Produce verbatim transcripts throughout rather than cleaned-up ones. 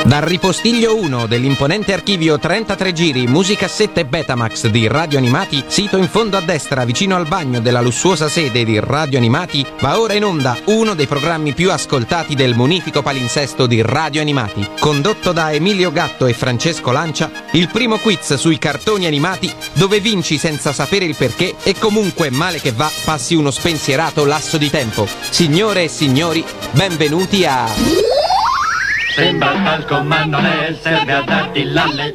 Dal ripostiglio uno dell'imponente archivio trentatré giri, musicassette e Betamax di Radio Animati, sito in fondo a destra vicino al bagno della lussuosa sede di Radio Animati, va ora in onda uno dei programmi più ascoltati del munifico palinsesto di Radio Animati. Condotto da Emilio Gatto e Francesco Lancia, il primo quiz sui cartoni animati dove vinci senza sapere il perché e comunque male che va passi uno spensierato lasso di tempo. Signore e signori, benvenuti a... Sembra talco ma non è, serve a darti l'alle.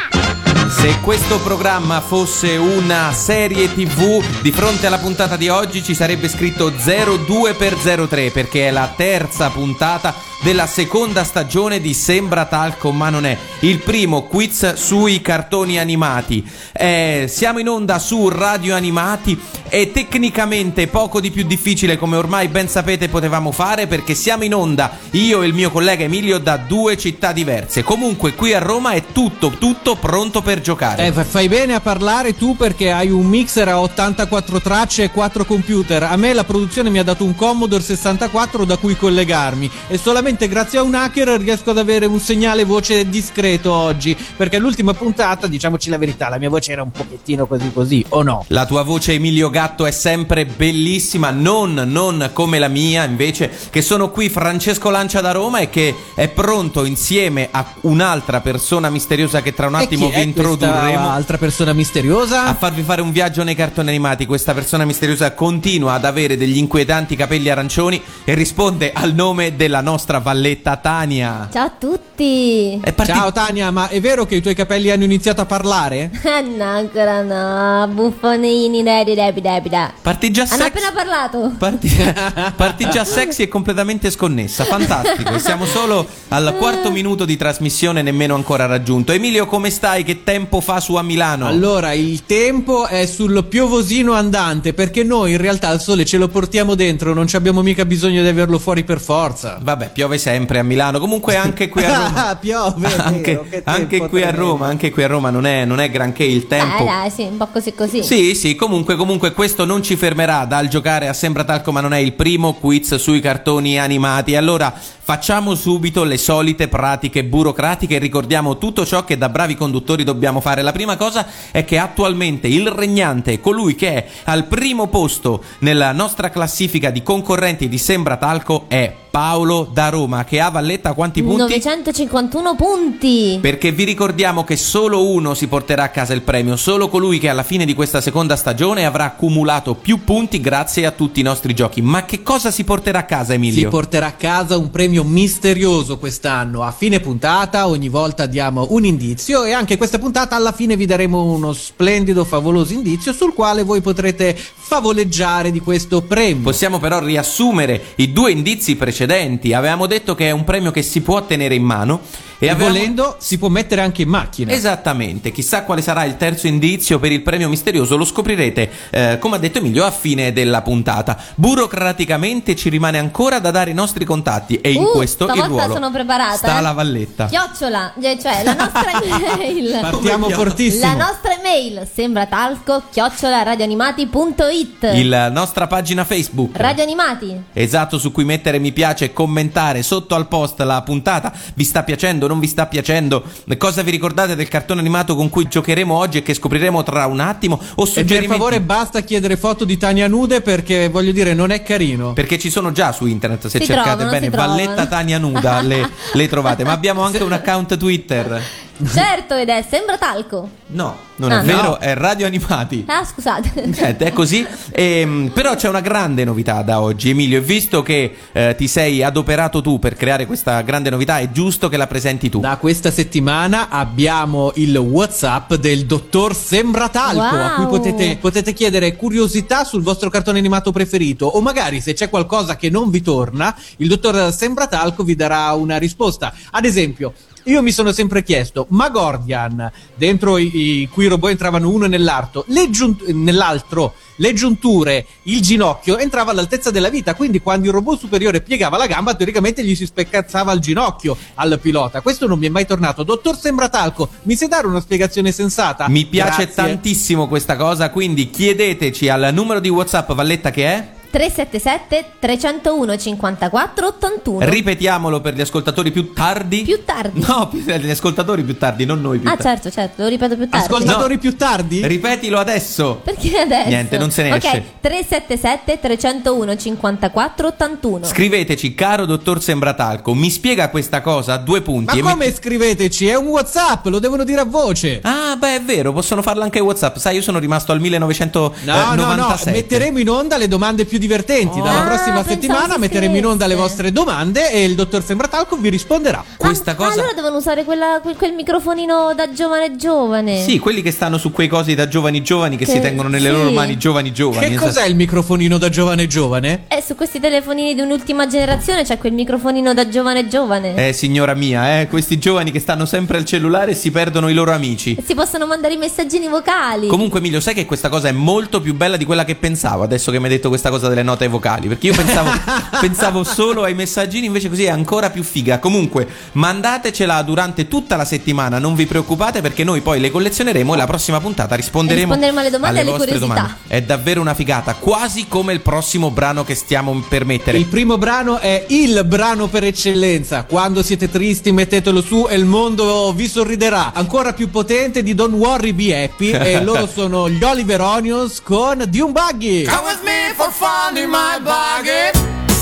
Se questo programma fosse una serie tivù, di fronte alla puntata di oggi ci sarebbe scritto zero due per zero tre, perché è la terza puntata della seconda stagione di Sembra talco ma non è, il primo quiz sui cartoni animati. Eh, siamo in onda su Radio Animati e tecnicamente poco di più difficile, come ormai ben sapete potevamo fare, perché siamo in onda io e il mio collega Emilio da due città diverse. Comunque qui a Roma è tutto tutto pronto per giocare. Eh, fai bene a parlare tu, perché hai un mixer a ottantaquattro tracce e quattro computer. A me la produzione mi ha dato un Commodore sessantaquattro da cui collegarmi e solamente grazie a un hacker riesco ad avere un segnale voce discreto oggi, perché l'ultima puntata, diciamoci la verità, la mia voce era un pochettino così così, o no? La tua voce, Emilio Gatto, è sempre bellissima, non, non come la mia invece, che sono qui Francesco Lancia da Roma e che è pronto insieme a un'altra persona misteriosa che tra un attimo vi introdurremo. Altra persona misteriosa? A farvi fare un viaggio nei cartoni animati. Questa persona misteriosa continua ad avere degli inquietanti capelli arancioni e risponde al nome della nostra Valletta Tania. Ciao a tutti. Parti... Ciao Tania, ma è vero che i tuoi capelli hanno iniziato a parlare? Eh no, ancora no, buffonini, debi debi debi da. Parti già Hanno sexy. appena parlato. Parti... Parti già sexy e completamente sconnessa. Fantastico. Siamo solo al quarto minuto di trasmissione, nemmeno ancora raggiunto. Emilio, come stai? Che tempo fa su a Milano? Allora, il tempo è sul piovosino andante, perché noi in realtà il sole ce lo portiamo dentro, non ci abbiamo mica bisogno di averlo fuori per forza. Vabbè, piove sempre a Milano. Comunque anche qui a Roma. Piove, anche, vero, che anche qui a Roma, anche qui a Roma non è, non è granché il tempo. Dai, dai, sì, un po' così così. Sì, sì, comunque, comunque questo non ci fermerà dal giocare a Sembra talco ma non è, il primo quiz sui cartoni animati. Allora, facciamo subito le solite pratiche burocratiche e ricordiamo tutto ciò che da bravi conduttori dobbiamo fare. La prima cosa è che attualmente il regnante, colui che è al primo posto nella nostra classifica di concorrenti di Sembra talco, è Paolo da Roma, che ha Valletta quanti punti? novecentocinquantuno punti. Perché vi ricordiamo che solo uno si porterà a casa il premio, solo colui che alla fine di questa seconda stagione avrà accumulato più punti grazie a tutti i nostri giochi. Ma che cosa si porterà a casa, Emilio? Si porterà a casa un premio misterioso quest'anno. A fine puntata ogni volta diamo un indizio e anche questa puntata alla fine vi daremo uno splendido, favoloso indizio sul quale voi potrete favoleggiare di questo premio. Possiamo però riassumere i due indizi precedenti. Avevamo detto che è un premio che si può tenere in mano e, e avevamo... volendo si può mettere anche in macchina. Esattamente. Chissà quale sarà il terzo indizio per il premio misterioso, lo scoprirete eh, come ha detto Emilio a fine della puntata. Burocraticamente ci rimane ancora da dare i nostri contatti e in uh, questo il ruolo sono preparata, sta eh? la Valletta. Chiocciola, cioè la nostra email. Partiamo fortissimo. La nostra email sembra talco chiocciola radioanimati punto it. La nostra pagina Facebook Radio Animati. Esatto, su cui mettere mi piace e commentare sotto al post la puntata. Vi sta piacendo, non vi sta piacendo? Cosa vi ricordate del cartone animato con cui giocheremo oggi e che scopriremo tra un attimo? O suggerimenti? E per favore basta chiedere foto di Tania nude, perché voglio dire non è carino. Perché ci sono già su internet, se si cercate trovano, bene Valletta Tania nuda le, le trovate. Ma abbiamo anche un account Twitter. Certo, ed è Sembra talco. No, non ah, è vero, no. È Radio Animati. Ah, scusate. Eh, è così. E, però c'è una grande novità da oggi, Emilio. E visto che eh, ti sei adoperato tu per creare questa grande novità, è giusto che la presenti tu. Da questa settimana abbiamo il WhatsApp del dottor Sembra talco, wow. a cui potete, potete chiedere curiosità sul vostro cartone animato preferito, o magari se c'è qualcosa che non vi torna, il dottor Sembra talco vi darà una risposta. Ad esempio, io mi sono sempre chiesto, ma Gordian, dentro i, i cui robot entravano uno nell'altro, le, giunt- nell'altro, le giunture, il ginocchio entrava all'altezza della vita, quindi quando il robot superiore piegava la gamba, teoricamente gli si speccazzava il ginocchio al pilota. Questo non mi è mai tornato. Dottor Sembra talco, mi sai dare una spiegazione sensata? Mi piace Grazie. tantissimo questa cosa, quindi chiedeteci al numero di WhatsApp Valletta che è... tre sette sette tre zero uno cinquantaquattro ottantuno. Ripetiamolo per gli ascoltatori più tardi. Più tardi? No, più- gli ascoltatori più tardi, non noi più Ah, tardi. certo, certo, lo ripeto più tardi. Ascoltatori No. più tardi? Ripetilo adesso. Perché adesso? Niente, non se ne esce. Ok, tre sette sette tre zero uno cinquantaquattro ottantuno. Scriveteci, caro dottor Sembratalco, mi spiega questa cosa? Due punti. Ma e mi- come scriveteci? È un WhatsApp, lo devono dire a voce. Ah, beh, è vero, possono farlo anche WhatsApp. Sai, io sono rimasto al millenovecentonovantasette. No, no, no, metteremo in onda le domande più divertenti. Dalla Ah, prossima pensavo settimana si metteremo in onda le scrivesse. vostre domande e il dottor Sembratalco vi risponderà. Questa ah, cosa. allora devono usare quella, quel, quel microfonino da giovane giovane. Sì, quelli che stanno su quei cosi da giovani giovani che, Che- si tengono nelle sì. loro mani giovani giovani. Che esatto. cos'è il microfonino da giovane giovane? Eh, su questi telefonini di un'ultima generazione c'è quel microfonino da giovane giovane. Eh, signora mia, eh, questi giovani che stanno sempre al cellulare e si perdono i loro amici. E si possono mandare i messaggini vocali. Comunque, Emilio, sai che questa cosa è molto più bella di quella che pensavo adesso che mi hai detto questa cosa delle note vocali. Perché io pensavo, pensavo solo ai messaggini, invece così è ancora più figa. Comunque, mandatecela durante tutta la settimana, non vi preoccupate, perché noi poi le collezioneremo e la prossima puntata risponderemo, Risponderemo alle domande e alle vostre curiosità. domande. È davvero una figata, quasi come il prossimo brano che stiamo per mettere. Il primo brano è il brano per eccellenza. Quando siete tristi mettetelo su e il mondo vi sorriderà. Ancora più potente di Don't Worry Be Happy. E loro sono gli Oliver Onions con Dune Buggy. Come with me for fun in my buggy.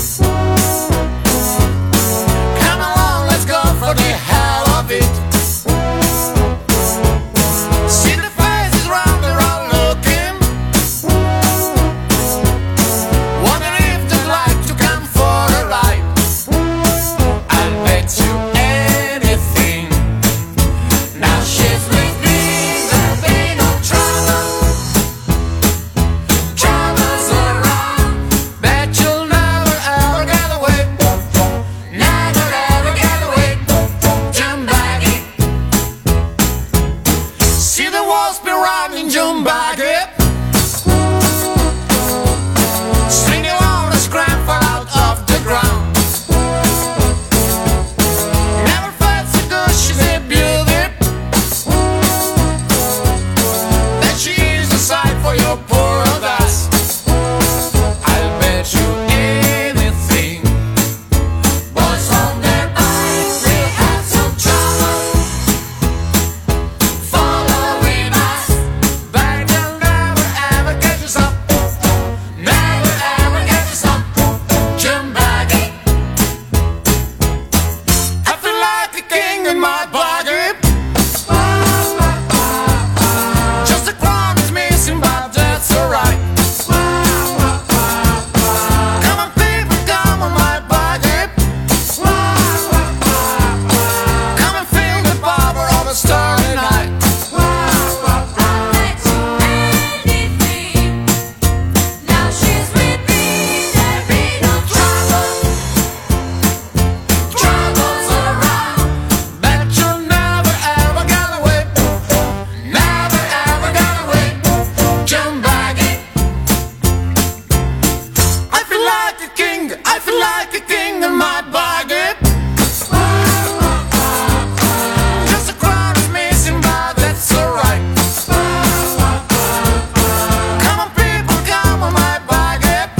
Come along, let's go for the hell of it. See the faces round and round looking. Wondering if they'd like to come for a ride. I'll bet you anything. Now she's with me, there'll be no trouble. Troubles around, bet you'll never ever get away. Never ever get away. Jump baggy. See the walls be running, jump baggy. String you on a scrap fall out of the ground. Never felt so good, she's a beauty. That she is a sight for your poor old ass. I'll bet you anything. Boys on their bikes, they have some trouble. Following us, but they'll never ever get us up. Never ever get us up. Jump baggy. I feel like a king in my buggy. Just the crown is missing, but that's alright. Come on, people, come on, my buggy. Come and feel the power of a starry night. I'll bet you anything. Now she's with me, there be no trouble. Troubles around, bet you'll never ever get away. Never ever get away. Jump baggy. I feel like a king, I feel like a king in my buggy. Just the crown is missing, but that's alright. Come on, people, come on, my buggy.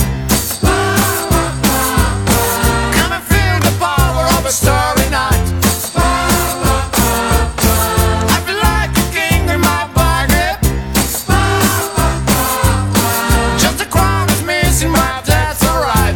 Come and feel the power of a starry night. I feel like a king in my buggy. Just the crown is missing, but that's alright.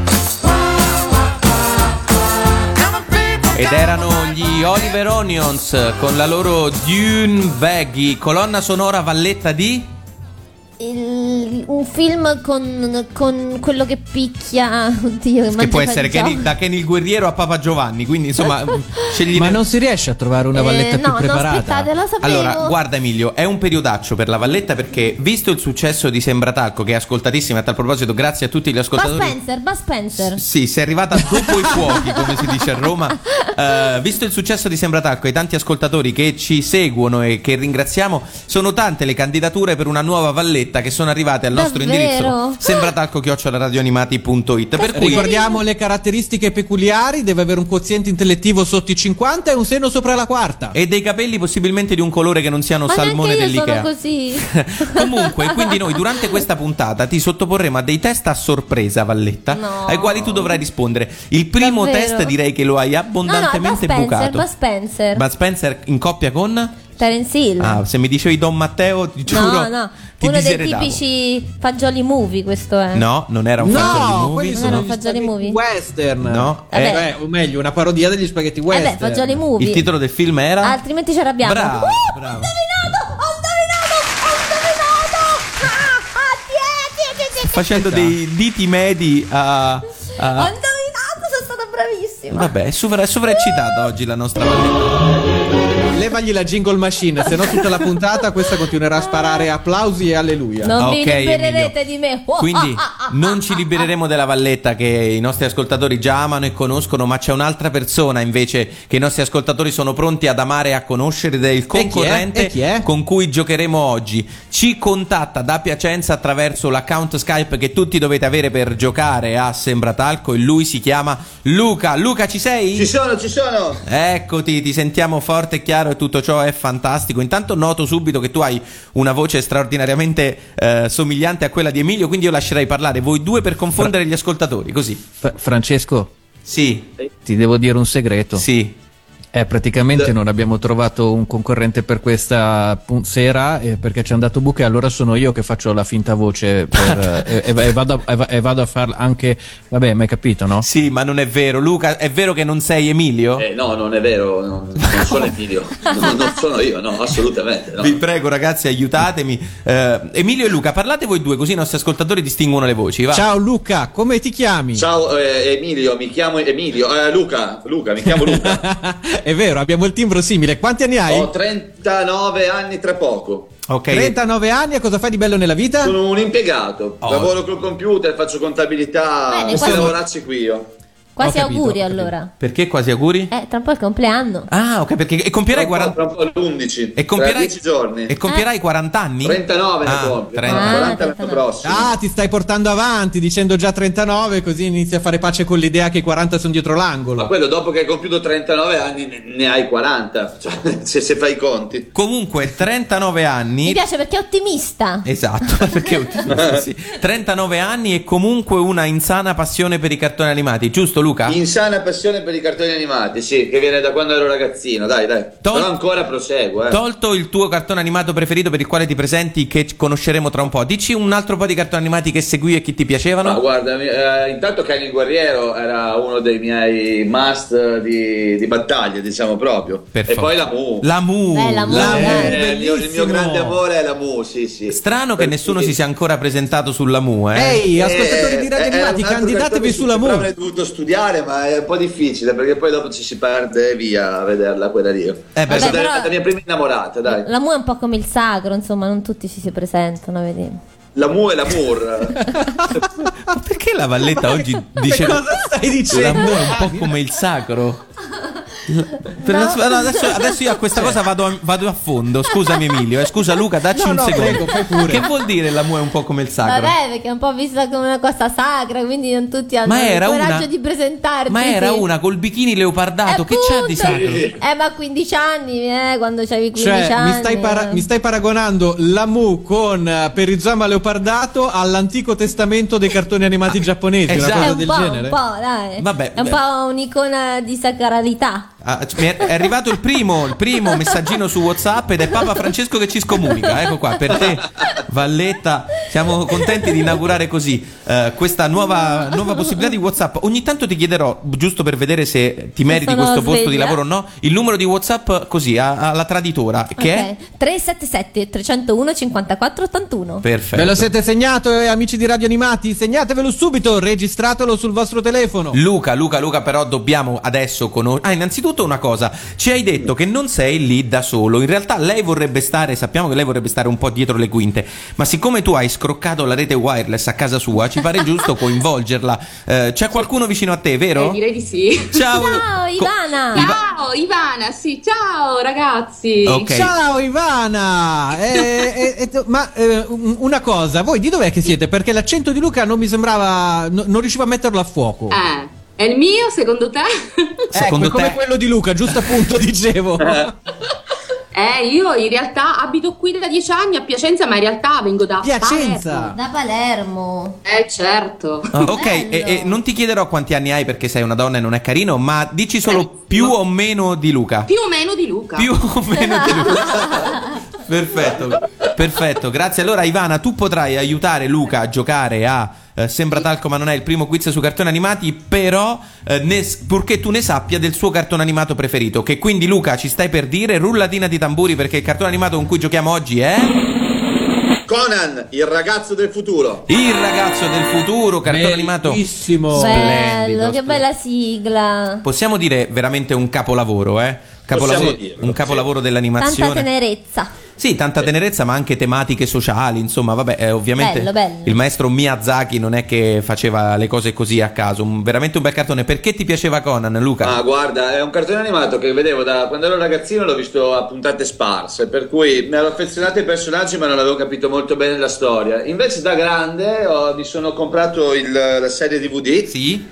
Come on, people, Ed come erano on, my gli Oliver Onions con la loro Dune Baggy, colonna sonora valletta di... Il- un film con, con quello che picchia. Oddio, che mangia può essere fagioli. Kenny- da Kenny il guerriero a Papa Giovanni, quindi insomma scegli. Ma non si riesce a trovare una valletta Eh, più no, no, preparata? aspettate, la sapevo. Allora, guarda Emilio, è un periodaccio per la Valletta perché, visto il successo di Sembratalco, che è ascoltatissima, a tal proposito, grazie a tutti gli Bud ascoltatori. Spencer, Bud Spencer. Sì, sei arrivata dopo i fuochi, come si dice a Roma. Eh, visto il successo di Sembratalco e i tanti ascoltatori che ci seguono e che ringraziamo, sono tante le candidature per una nuova Valletta che sono arrivate scrivate al nostro Davvero? indirizzo sembratalco chiocciola radioanimati punto it. Per cui Ricordiamo le caratteristiche peculiari: deve avere un quoziente intellettivo sotto i cinquanta e un seno sopra la quarta. e dei capelli possibilmente di un colore che non siano Ma salmone neanche io sono dell'Ikea. così. Comunque, quindi noi durante questa puntata ti sottoporremo a dei test a sorpresa, Valletta, No. ai quali tu dovrai rispondere. Il primo Davvero? test direi che lo hai No, no, abbondantemente Bud Spencer, bucato. Bud Spencer. Bud Spencer in coppia con? Terence Hill. Ah, se mi dicevi Don Matteo, ti giuro, no, no, ti uno dei diseredavo. tipici fagioli movie, questo è. No, non era un fagioli No, movie. quelli Non sono era gli un fagioli spaghetti movie? western. No, Vabbè. eh, Eh, o meglio, una parodia degli spaghetti Eh western. beh, fagioli movie. il titolo del film era? Altrimenti ci arrabbiamo. Bravo, Uh, bravo. Ho indovinato! Ho indovinato! Ho indovinato! Ah, ah, tiè, tiè, tiè, tiè. Facendo dei diti medi a... Ho a... indovinato, sono stata bravissima. Vabbè, è, sovra- è sovraeccitata oggi la nostra Valletta. Levagli la jingle machine, se no tutta la puntata questa continuerà a sparare applausi e alleluia. Non vi Ok, libererete Emilio. di me. Oh, Quindi ah, ah, ah, non ah, ci ah, libereremo della Valletta che i nostri ascoltatori già amano e conoscono, ma c'è un'altra persona invece che i nostri ascoltatori sono pronti ad amare e a conoscere ed è il concorrente E chi è? con cui giocheremo oggi. Ci contatta da Piacenza attraverso l'account Skype che tutti dovete avere per giocare a Sembratalco e lui si chiama Luca. Luca, ci sei? Ci sono, ci sono. Eccoti, ti sentiamo forte e chiaro e tutto ciò è fantastico. Intanto noto subito che tu hai una voce straordinariamente eh, somigliante a quella di Emilio, quindi io lascerei parlare voi due per confondere gli ascoltatori, così. Fra- Francesco, Sì, ti devo dire un segreto. sì. Eh, praticamente non abbiamo trovato un concorrente per questa pun- sera eh, perché ci è andato buco e allora sono io che faccio la finta voce per, eh, e, e vado a, e va- e vado a farla anche. Vabbè, mi hai capito, no? Sì, ma non è vero. Luca, è vero che non sei Emilio? Eh, no, non è vero, no, non sono Emilio, no, non sono io, no, assolutamente. No. Vi prego ragazzi, aiutatemi. Eh, Emilio e Luca, parlate voi due così i nostri ascoltatori distinguono le voci. Va. Ciao Luca, come ti chiami? Ciao eh, Emilio, mi chiamo Emilio, eh, Luca, Luca, mi chiamo Luca. È vero, abbiamo il timbro simile. Quanti anni hai? Ho trentanove anni tra poco. Ok. trentanove anni e cosa fai di bello nella vita? Sono un impiegato, Oh. lavoro col computer, faccio contabilità, Bene, se quasi- lavorassi qui io. Quasi Ho capito, auguri ho capito. allora. Perché quasi auguri? Eh, tra un po' è il compleanno. Ah, ok, perché e compierai Tra un po', quaranta tra un po' l'undici, e compierai tra dieci giorni. E compierai quaranta anni? trentanove Ah, ne compio, trenta. Ah, quaranta l'anno trentanove. prossimo. Ah, ti stai portando avanti dicendo già trentanove, così inizi a fare pace con l'idea che i quaranta sono dietro Ma l'angolo. quello dopo che hai compiuto trentanove anni ne, ne hai quaranta, cioè, se, se fai i conti. Comunque trentanove anni. Mi piace perché è ottimista. Esatto, perché è ottimista, sì. trentanove anni e comunque una insana passione per i cartoni animati, giusto Luca? Insana passione per i cartoni animati, sì, che viene da quando ero ragazzino, dai, dai. Tol- Però ancora proseguo, eh. Tolto il tuo cartone animato preferito per il quale ti presenti, che conosceremo tra un po', dici un altro po' di cartoni animati che seguì e che ti piacevano? Ma guarda, mi- eh, intanto Kenny il Guerriero era uno dei miei must di, di battaglia, diciamo proprio. Per e forza. poi la Mu. La Mu. Eh, la Mu, La dai. Mu. Eh, il, mio, il mio bellissimo. grande amore è la Mu, sì, sì. Strano che Per nessuno cui- si sia ancora presentato sulla Mu, eh? Ehi, ascoltatori Eh, di Radio era un Animati, altro candidatevi cartone sulla che Mu. però avrei dovuto studiare, ma è un po' difficile perché poi dopo ci si perde via a vederla quella lì. Eh, beh, è Vabbè, stata però- la mia prima innamorata, dai. La Mu è un po' come il sacro, insomma, non tutti ci si presentano, vedi. La Mu e la Mur. Ma perché la Valletta oggi dice cosa stai la dicendo? Mu è un po' come il sacro? Per- No. no, adesso, adesso io a questa cosa vado a, vado a fondo. Scusami Emilio, eh, scusa Luca, dacci No, un no, secondo. prego, fai pure. Che vuol dire la Mu è un po' come il sacro? Vabbè, perché è un po' vista come una cosa sacra, quindi non tutti hanno Ma era il coraggio una- di presentarsi. Ma era sì. una col bikini leopardato, Eh, che c'ha di appunto. sacro? Eh, ma a quindici anni, eh, quando c'avevi quindici Cioè, anni. mi stai, para- eh. mi stai paragonando la Mu con eh, Perizoma Leopardato all'antico testamento dei cartoni animati giapponesi, Esatto. una È cosa un del po', genere. un po', dai. Vabbè, è un beh. po' un'icona di sacralità. Ah, mi è, è arrivato il primo, il primo messaggino su WhatsApp ed è Papa Francesco che ci scomunica. Ecco qua, per te, Valletta. Siamo contenti di inaugurare così eh, questa nuova, nuova possibilità di WhatsApp. Ogni tanto ti chiederò, giusto per vedere se ti meriti sono questo posto di sveglia. lavoro o no, il numero di WhatsApp così, a- alla traditora, che è Ok. tre sette sette tre zero uno cinquantaquattro ottantuno. perfetto. Ve lo siete segnato, eh, amici di Radio Animati? Segnatevelo subito, registratelo sul vostro telefono. Luca, Luca, Luca, però dobbiamo adesso conoscere. Ah, innanzitutto soprattutto una cosa, ci hai detto che non sei lì da solo, in realtà lei vorrebbe stare, sappiamo che lei vorrebbe stare un po' dietro le quinte, ma siccome tu hai scroccato la rete wireless a casa sua, ci pare giusto coinvolgerla. Eh, c'è qualcuno vicino a te, vero? Eh, direi di sì. Ciao, Ciao Ivana. Ciao Ivana, sì, ciao ragazzi. Ok. Ciao Ivana! Eh, eh, eh, ma eh, una cosa, voi di dov'è che siete? Perché l'accento di Luca non mi sembrava, no- non riuscivo a metterlo a fuoco. Eh, è il mio, secondo te? Secondo ecco, è come te? quello di Luca, giusto appunto dicevo. Eh, io in realtà abito qui da dieci anni a Piacenza, ma in realtà vengo da Piacenza! Da Palermo. Palermo. Eh, certo. Ah, ok, e, Bello. e non ti chiederò quanti anni hai perché sei una donna e non è carino, ma dici solo Bravissimo. più o meno di Luca. Più o meno di Luca. Più o meno di Luca. Perfetto, perfetto, grazie. Allora Ivana, tu potrai aiutare Luca a giocare a eh, Sembra talco ma non è il primo quiz su cartoni animati, però eh, ne, purché tu ne sappia del suo cartone animato preferito, che quindi Luca ci stai per dire, rullatina di tamburi perché il cartone animato con cui giochiamo oggi è Conan, il ragazzo del futuro. Il ragazzo del futuro, cartone animato Bellissimo. splendido, Bello, che bella sigla. possiamo dire veramente un capolavoro, eh? Capolavoro, Possiamo dirlo, un capolavoro Tanta dell'animazione. tenerezza. Sì, tanta tenerezza, ma anche tematiche sociali, insomma, vabbè, eh, ovviamente Bello, bello. il maestro Miyazaki non è che faceva le cose così a caso, un- veramente un bel cartone. Perché ti piaceva Conan, Luca? Ah, guarda, è un cartone animato che vedevo da quando ero ragazzino, l'ho visto a puntate sparse, per cui mi ero affezionato ai personaggi ma non avevo capito molto bene la storia. Invece da grande ho- mi sono comprato il- la serie D V D Sì?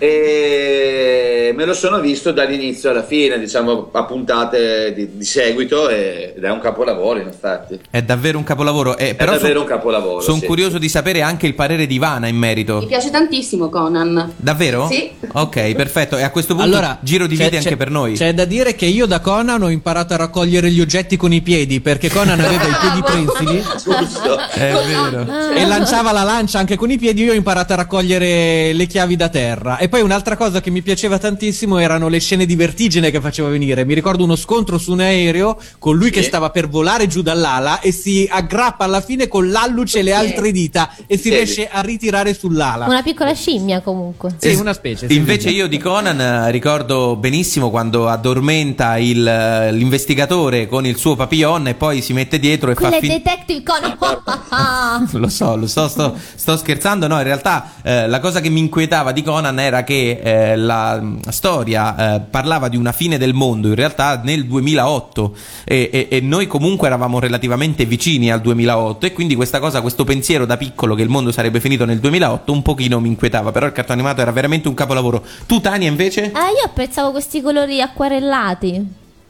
e me lo sono visto dall'inizio alla fine, diciamo a puntate di, di seguito, e- ed è un capolavoro in effetti. È davvero un capolavoro. Eh, però davvero son- un capolavoro, Sono sì. curioso di sapere anche il parere di Ivana in Mi merito. piace tantissimo Conan. Davvero? Sì. Ok, perfetto. E a questo punto Allora, giro di c'è- vite anche c'è- per noi. C'è da dire che io da Conan ho imparato a raccogliere gli oggetti con i piedi, perché Conan aveva i piedi prensili Giusto. È vero. e lanciava la lancia anche con i piedi. Io ho imparato a raccogliere le chiavi da terra. E poi un'altra cosa che mi piaceva tantissimo erano le scene di vertigine che faceva venire. Mi ricordo uno scontro su un aereo con lui che Sì. stava per volare giù dall'ala e si aggrappa alla fine con l'alluce e le altre dita e si Sì. riesce a ritirare sull'ala. Una piccola scimmia comunque. Sì, Es- una specie. sì, Invece sì. io di Conan eh, ricordo benissimo quando addormenta il, eh, l'investigatore con il suo papillon e poi si mette dietro e Quella fa è fin- Detective Conan. Lo so, lo so, sto, sto scherzando. No, in realtà eh, la cosa che mi inquietava di Conan era che eh, la mh, storia eh, parlava di una fine del mondo, in realtà nel duemilaotto, e, e- e noi comunque eravamo relativamente vicini al duemilaotto, e quindi questa cosa, questo pensiero da piccolo che il mondo sarebbe finito nel duemilaotto un pochino mi inquietava, però il cartone animato era veramente un capolavoro. Tu, Tania, invece? Ah, io apprezzavo questi colori acquarellati.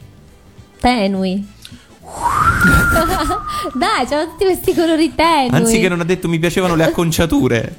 Tenui. Dai, c'erano tutti questi colori tenui. Anziché non ha detto mi piacevano le acconciature.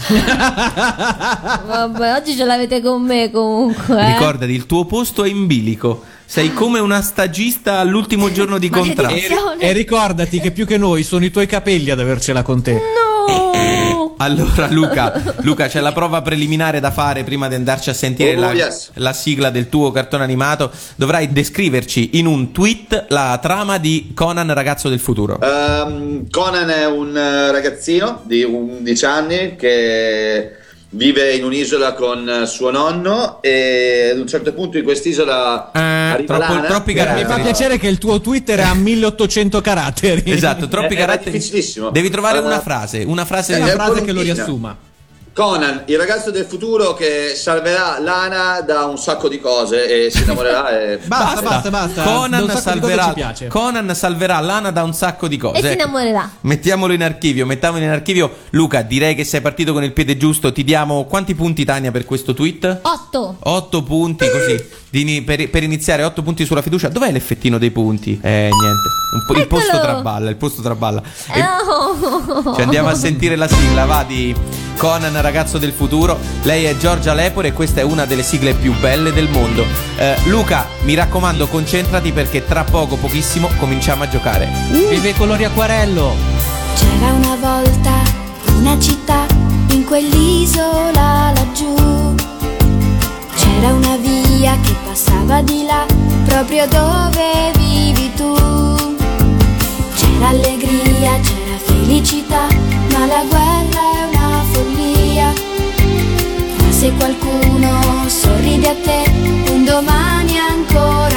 Vabbè, oggi ce l'avete con me comunque. eh. Ricordati, il tuo posto è in bilico. Sei come una stagista all'ultimo giorno di contratto. Maledizione. E ricordati che più che noi sono i tuoi capelli ad avercela con te. No. Allora Luca, Luca, c'è la prova preliminare da fare prima di andarci a sentire Oh, la, yes. la sigla del tuo cartone animato. Dovrai descriverci in un tweet la trama di Conan, ragazzo del futuro. Ehm, Conan è un eh, ragazzino di undici anni che vive in un'isola con eh, suo nonno, e ad un certo punto in quest'isola Eh, arriva troppo- Lana. troppi che- Mi fa caratteri. piacere che il tuo Twitter è a milleottocento caratteri. Esatto, troppi Eh, era caratteri. difficilissimo. Devi trovare Allora- una frase, una frase. È una Eh, frase che lo Volontina. riassuma. Conan, il ragazzo del futuro che salverà Lana da un sacco di cose e si innamorerà e... Basta, basta, basta. Da Conan un sacco di cose salverà, ci piace. Conan salverà Lana da un sacco di cose. E si Ecco. innamorerà. Mettiamolo in archivio, mettiamolo in archivio. Luca, direi che sei partito con il piede giusto. Ti diamo quanti punti, Tania, per questo tweet? Otto. otto punti, così. Dini- per, per iniziare, otto punti sulla fiducia. Dov'è l'effettino dei punti? Eh, niente. Un po- il Eccolo. posto traballa, il posto traballa. E- No. ci andiamo a sentire la sigla, va, di Conan, ragazzo del futuro. Lei è Giorgia Lepore e questa è una delle sigle più belle del mondo. Eh, Luca, mi raccomando, concentrati perché tra poco, pochissimo, cominciamo a giocare. Vive i colori acquarello. C'era una volta una città in quell'isola laggiù. C'era una via che passava di là, proprio dove vivi tu. C'era allegria, c'era felicità, ma la guerra è una follia. Ma se qualcuno sorride a te, un domani ancora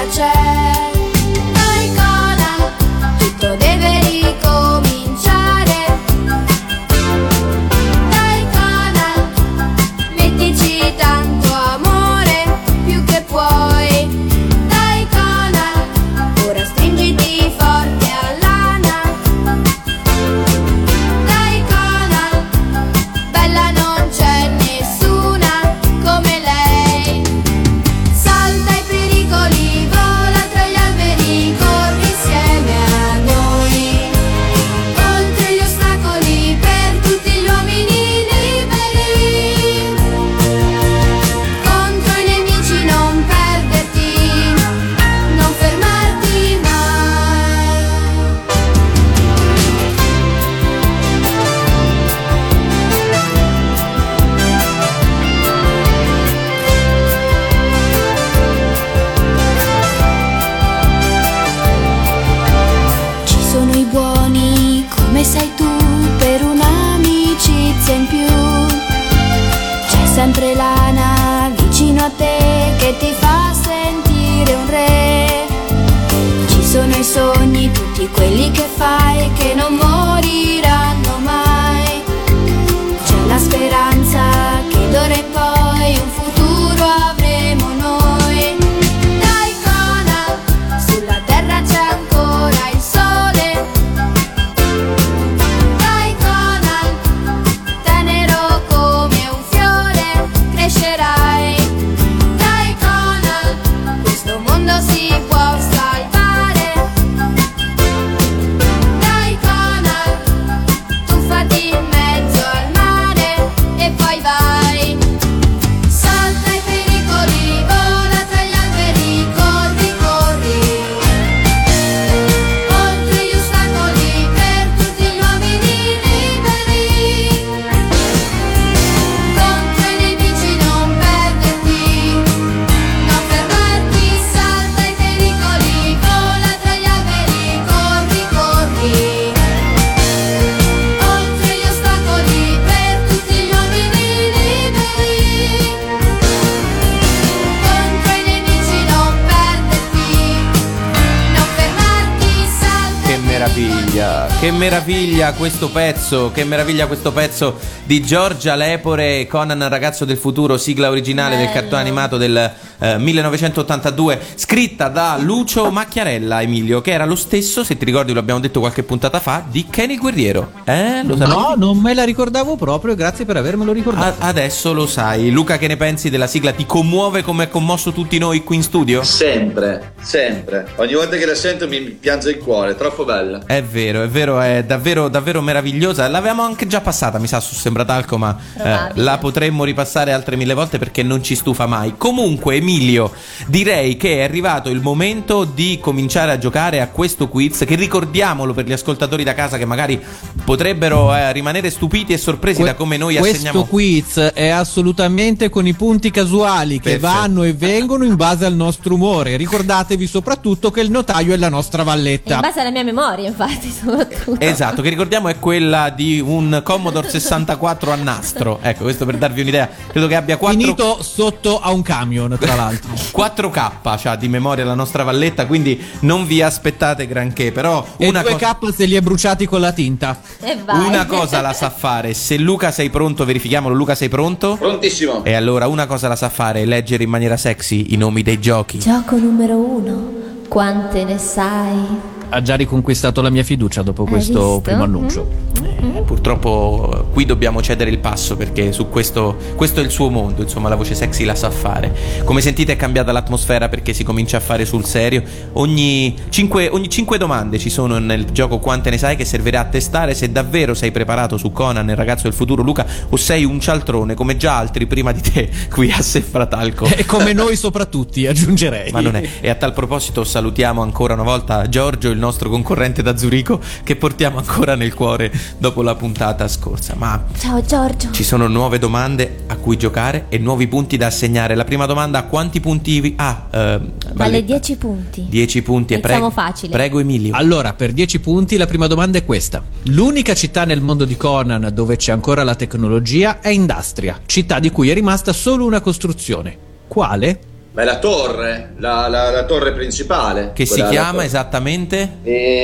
meraviglia, che meraviglia questo pezzo, che meraviglia questo pezzo di Giorgia Lepore, Conan ragazzo del futuro, sigla originale Bello. del cartone animato del eh, millenovecentottantadue, scritta da Lucio Macchiarella, Emilio, che era lo stesso, se ti ricordi lo abbiamo detto qualche puntata fa, di Kenny il Guerriero. Eh, lo sapevi? No, non me la ricordavo proprio, grazie per avermelo ricordato. A- adesso lo sai. Luca, che ne pensi della sigla? Ti commuove come ha commosso tutti noi qui in studio? Sempre, sempre. Ogni volta che la sento mi piange il cuore, è troppo bella. È vero, è vero, è davvero, davvero meravigliosa. L'avevamo anche già passata, mi sa, su Sembratalco, ma eh, la potremmo ripassare altre mille volte perché non ci stufa mai. Comunque, Emilio, direi che è arrivato il momento di cominciare a giocare a questo quiz, che ricordiamolo per gli ascoltatori da casa che magari potrebbero eh, rimanere stupiti e sorpresi Que- da come noi questo assegniamo. quiz è assolutamente con i punti casuali che Perfetto. vanno e vengono in base al nostro umore. Ricordatevi soprattutto che il notaio è la nostra valletta. In base alla mia memoria, infatti, soprattutto. Esatto, che ricordiamo è quella di un Commodore sessantaquattro a nastro. Ecco, questo per darvi un'idea. Credo che abbia quattro Finito sotto a un camion, tra l'altro. quattro K c'ha di memoria la nostra valletta, quindi non vi aspettate granché, però E una due cosa K se li è bruciati con la tinta. E vai. Una cosa la sa fare. Se Luca sei pronto, verifichiamolo. Luca, sei pronto? Prontissimo. E allora una cosa la sa fare: leggere in maniera sexy i nomi dei giochi. Gioco numero uno. Quante ne sai? Ha già riconquistato la mia fiducia dopo Hai questo visto? primo annuncio. Eh, purtroppo qui dobbiamo cedere il passo perché su questo questo è il suo mondo, insomma la voce sexy la sa fare. Come sentite è cambiata l'atmosfera perché si comincia a fare sul serio. Ogni cinque, ogni cinque domande ci sono nel gioco Quante ne sai, che servirà a testare se davvero sei preparato su Conan, il ragazzo del futuro, Luca, o sei un cialtrone come già altri prima di te qui a Sembratalco. E come noi soprattutto, aggiungerei. Ma non è. E a tal proposito salutiamo ancora una volta Giorgio, il nostro concorrente da Zurigo, che portiamo ancora nel cuore dopo la puntata scorsa. Ma Ciao Giorgio. ci sono nuove domande a cui giocare e nuovi punti da assegnare. La prima domanda: quanti punti vi... Ah, eh, Vale dieci punti. dieci punti. E Iniziamo prego, facile. prego Emilio. Allora, per dieci punti la prima domanda è questa. L'unica città nel mondo di Conan dove c'è ancora la tecnologia è Industria, città di cui è rimasta solo una costruzione. Quale? Ma è la torre, la, la, la torre principale. Che si Quella- la chiama torre. esattamente?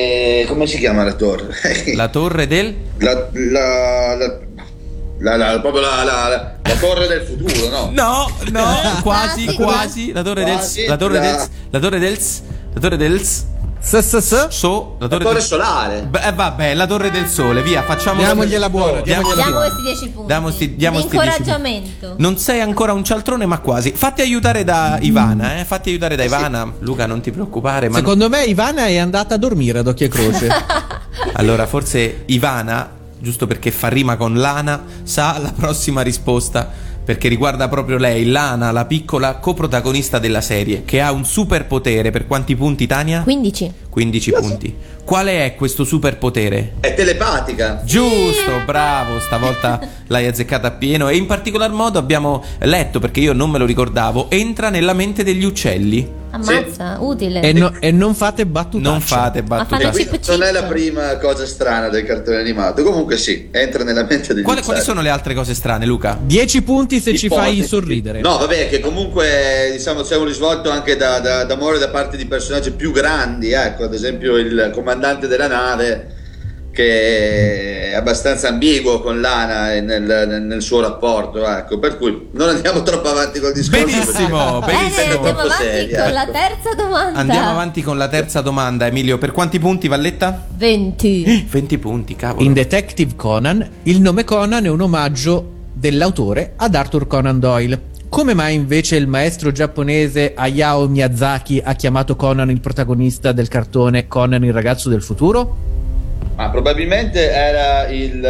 E come si chiama la torre? La torre del... La, la, la, la, la- proprio la, la, la, la torre del futuro, no? No, no, quasi, Quasi. quasi. La torre del... Quasi, La torre la- del... La torre del... La torre del... S s s. So, la La torre torre del... solare. Beh, vabbè, la torre del sole, via, facciamo... Diamogliela buona, Diamo- Diamo questi dieci punti. Diamo sti- diamo Di sti dieci incoraggiamento. Non sei ancora un cialtrone, ma quasi. Fatti aiutare da Ivana, eh? Fatti aiutare da Ivana. Luca, non ti preoccupare. Ma Secondo me Ivana è andata a dormire ad occhio e croce. allora, forse Ivana, giusto perché fa rima con Lana, sa la prossima risposta. Perché riguarda proprio lei, Lana, la piccola coprotagonista della serie, che ha un superpotere. Per quanti punti, Tania? quindici. quindici punti. Quale è questo superpotere? È telepatica. Giusto, bravo, stavolta l'hai azzeccata appieno. E in particolar modo abbiamo letto, perché io non me lo ricordavo, entra nella mente degli uccelli. Ammazza, utile. e, no- e non fate battutacce. Non fate Ma fanno battute. chip Quindi chip. non è la prima cosa strana del cartone animato. Comunque sì, entra nella mente degli Quali, uccelli. quali sono le altre cose strane, Luca? dieci punti se ci fai Ipotesi. sorridere. No, vabbè, che comunque diciamo c'è un risvolto anche da, da- d'amore da parte di personaggi più grandi, ecco, ad esempio il comandante della nave, che è abbastanza ambiguo con Lana e nel, nel- nel suo rapporto, ecco, per cui non andiamo troppo avanti col discorso. Benissimo, Bene, benissimo. andiamo troppo avanti seria, con la ecco. terza domanda. Andiamo avanti con la terza domanda, Emilio. Per quanti punti, Valletta? venti. venti punti, cavolo. In Detective Conan, il nome Conan è un omaggio dell'autore ad Arthur Conan Doyle. Come mai invece il maestro giapponese Hayao Miyazaki ha chiamato Conan il protagonista del cartone Conan il ragazzo del futuro? Ma probabilmente era il,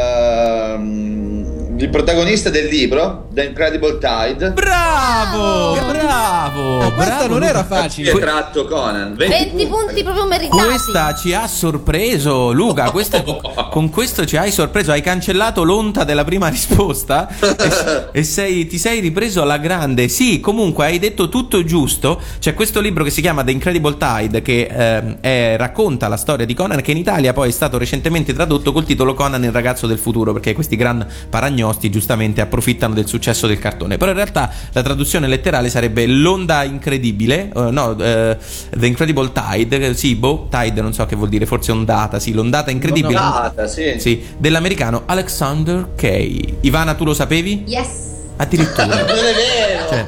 ehm, il protagonista del libro The Incredible Tide. Bravo, bravo. Oh, questa bravo, non era Luca. facile. Che tratto Conan. venti punti proprio meritati. Questa ci ha sorpreso, Luca. Questa, con questo ci hai sorpreso. Hai cancellato l'onta della prima risposta e, e sei, ti sei ripreso alla grande. Sì, comunque hai detto tutto giusto. C'è questo libro che si chiama The Incredible Tide, che ehm, è- racconta la storia di Conan, che in Italia poi è stato recentemente tradotto col titolo Conan il ragazzo del futuro, perché questi gran paragnossi nascosti giustamente approfittano del successo del cartone. Però in realtà la traduzione letterale sarebbe l'onda incredibile, uh, no, uh, The Incredible Tide, sì, boh, Tide non so che vuol dire, forse ondata, sì, l'ondata incredibile. Ondata, sì. Sì, dell'americano Alexander Kay. Ivana, tu lo sapevi? Yes. Addirittura. Non è vero. Cioè,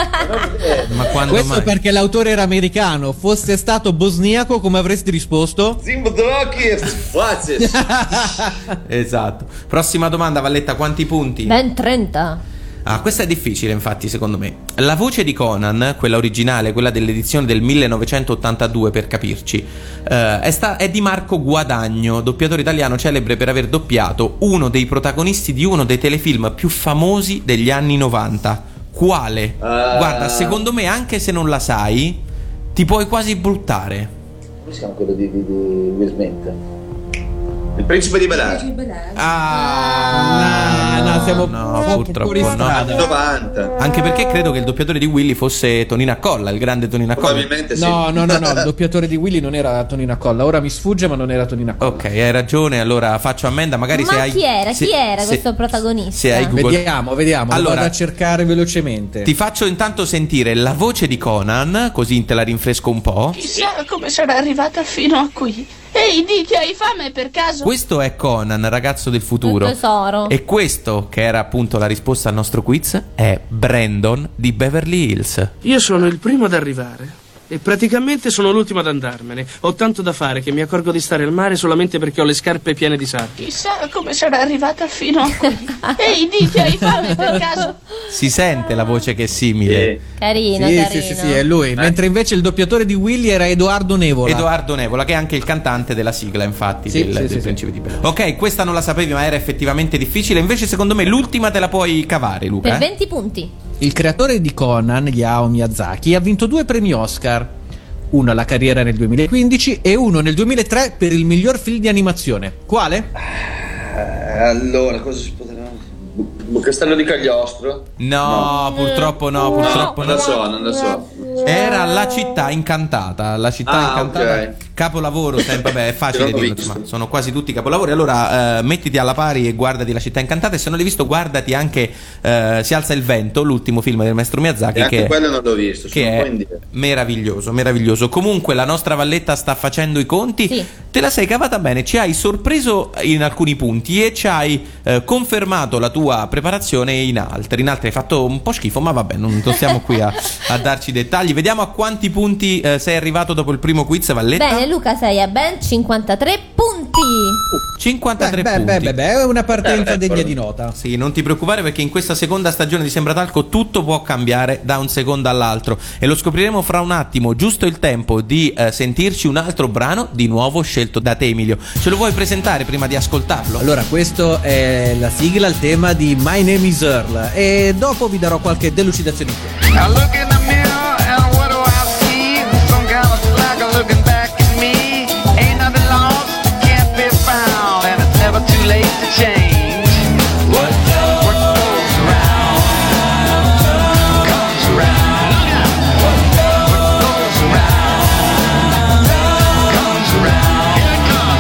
ma quando Questo mai? perché l'autore era americano. Fosse stato bosniaco, come avresti risposto? Zimbodroki e Fazes. Esatto. Prossima domanda, Valletta, quanti punti? Ben trenta. Ah, questa è difficile, infatti, secondo me. La voce di Conan, quella originale, quella dell'edizione del millenovecentottantadue, per capirci, eh, è, sta- è di Marco Guadagno, doppiatore italiano celebre per aver doppiato uno dei protagonisti di uno dei telefilm più famosi degli anni novanta. Quale? Uh... Guarda, secondo me, anche se non la sai, ti puoi quasi buttare. Come si chiama quello di, di, di Will Smith? Il principe di Bel-Air. Ah, no, no, siamo no, troppo purtroppo fuori no. strada. novanta. Anche perché credo che il doppiatore di Willy fosse Tonino Accolla, il grande Tonino Accolla. Probabilmente sì. No, no, no, no, il doppiatore di Willy non era Tonino Accolla. Ora mi sfugge, ma non era Tonino Accolla. Ok, hai ragione, allora faccio ammenda, magari Ma se hai chi era? se- chi era se- questo protagonista? se hai Google. Vediamo, vediamo. Allora, Allora, vado a cercare velocemente. Ti faccio intanto sentire la voce di Conan, così te la rinfresco un po'. Chissà come sarà arrivata fino a qui. Ehi, Dicky, hai fame per caso? Questo è Conan, ragazzo del futuro. Un tesoro. E questo, che era appunto la risposta al nostro quiz, è Brandon di Beverly Hills. Io sono il primo ad arrivare e praticamente sono l'ultimo ad andarmene. Ho tanto da fare che mi accorgo di stare al mare solamente perché ho le scarpe piene di sacchi. Chissà come sarà arrivata fino a qui. Ehi, Dicky, hai fame per caso? Si sente la voce che è simile. Carino, Sì, carino. sì, sì, sì, è lui. Mentre invece il doppiatore di Willy era Edoardo Nevola. Edoardo Nevola, che è anche il cantante della sigla, infatti, Sì, del, sì, del sì, Principe di Bel-Air. Ok, questa non la sapevi, ma era effettivamente difficile. Invece, secondo me, l'ultima te la puoi cavare, Luca. Per eh? venti punti. Il creatore di Conan, Hayao Miyazaki, ha vinto due premi Oscar. Uno alla carriera nel duemilaquindici e uno nel duemilatré per il miglior film di animazione. Quale? Eh, allora, cosa si potrà... Castello di Cagliostro? No, No. purtroppo no, purtroppo non no. lo so, non lo so. Era La città incantata. La città Ah, incantata. ok. Capolavoro, sempre, vabbè, è facile Non l'ho dirlo, visto. insomma, sono quasi tutti capolavori. Allora, eh, mettiti alla pari e guardati La città incantata. E se non l'hai visto, guardati anche eh, Si alza il vento, l'ultimo film del maestro Miyazaki. E anche che quello non l'ho visto, sono che un po' è indietro. meraviglioso, meraviglioso. Comunque la nostra Valletta sta facendo i conti. Sì. Te la sei cavata bene, ci hai sorpreso in alcuni punti e ci hai eh, confermato la tua preparazione in altri. In altri hai fatto un po' schifo, ma vabbè, non, non stiamo qui a, a darci dettagli. Vediamo a quanti punti eh, sei arrivato dopo il primo quiz, Valletta. Bene, Luca, sei a ben cinquantatré punti. cinquantatré Beh, punti. beh, beh, beh, è una partenza Eh, degna però- di nota. Sì, non ti preoccupare perché in questa seconda stagione di Sembratalco tutto può cambiare da un secondo all'altro e lo scopriremo fra un attimo, giusto il tempo di eh, sentirci un altro brano di nuovo scelto da te, Emilio. Ce lo vuoi presentare prima di ascoltarlo? Allora, questo è la sigla, il tema di My Name is Earl e dopo vi darò qualche delucidazione in più. I look in the mirror and what do I see? Some kind of slacker looking back at me. Ain't nothing lost, can't be found, and it's never too late to change. What goes, what goes around comes around. Look out! What goes, what goes around comes around. Here it comes.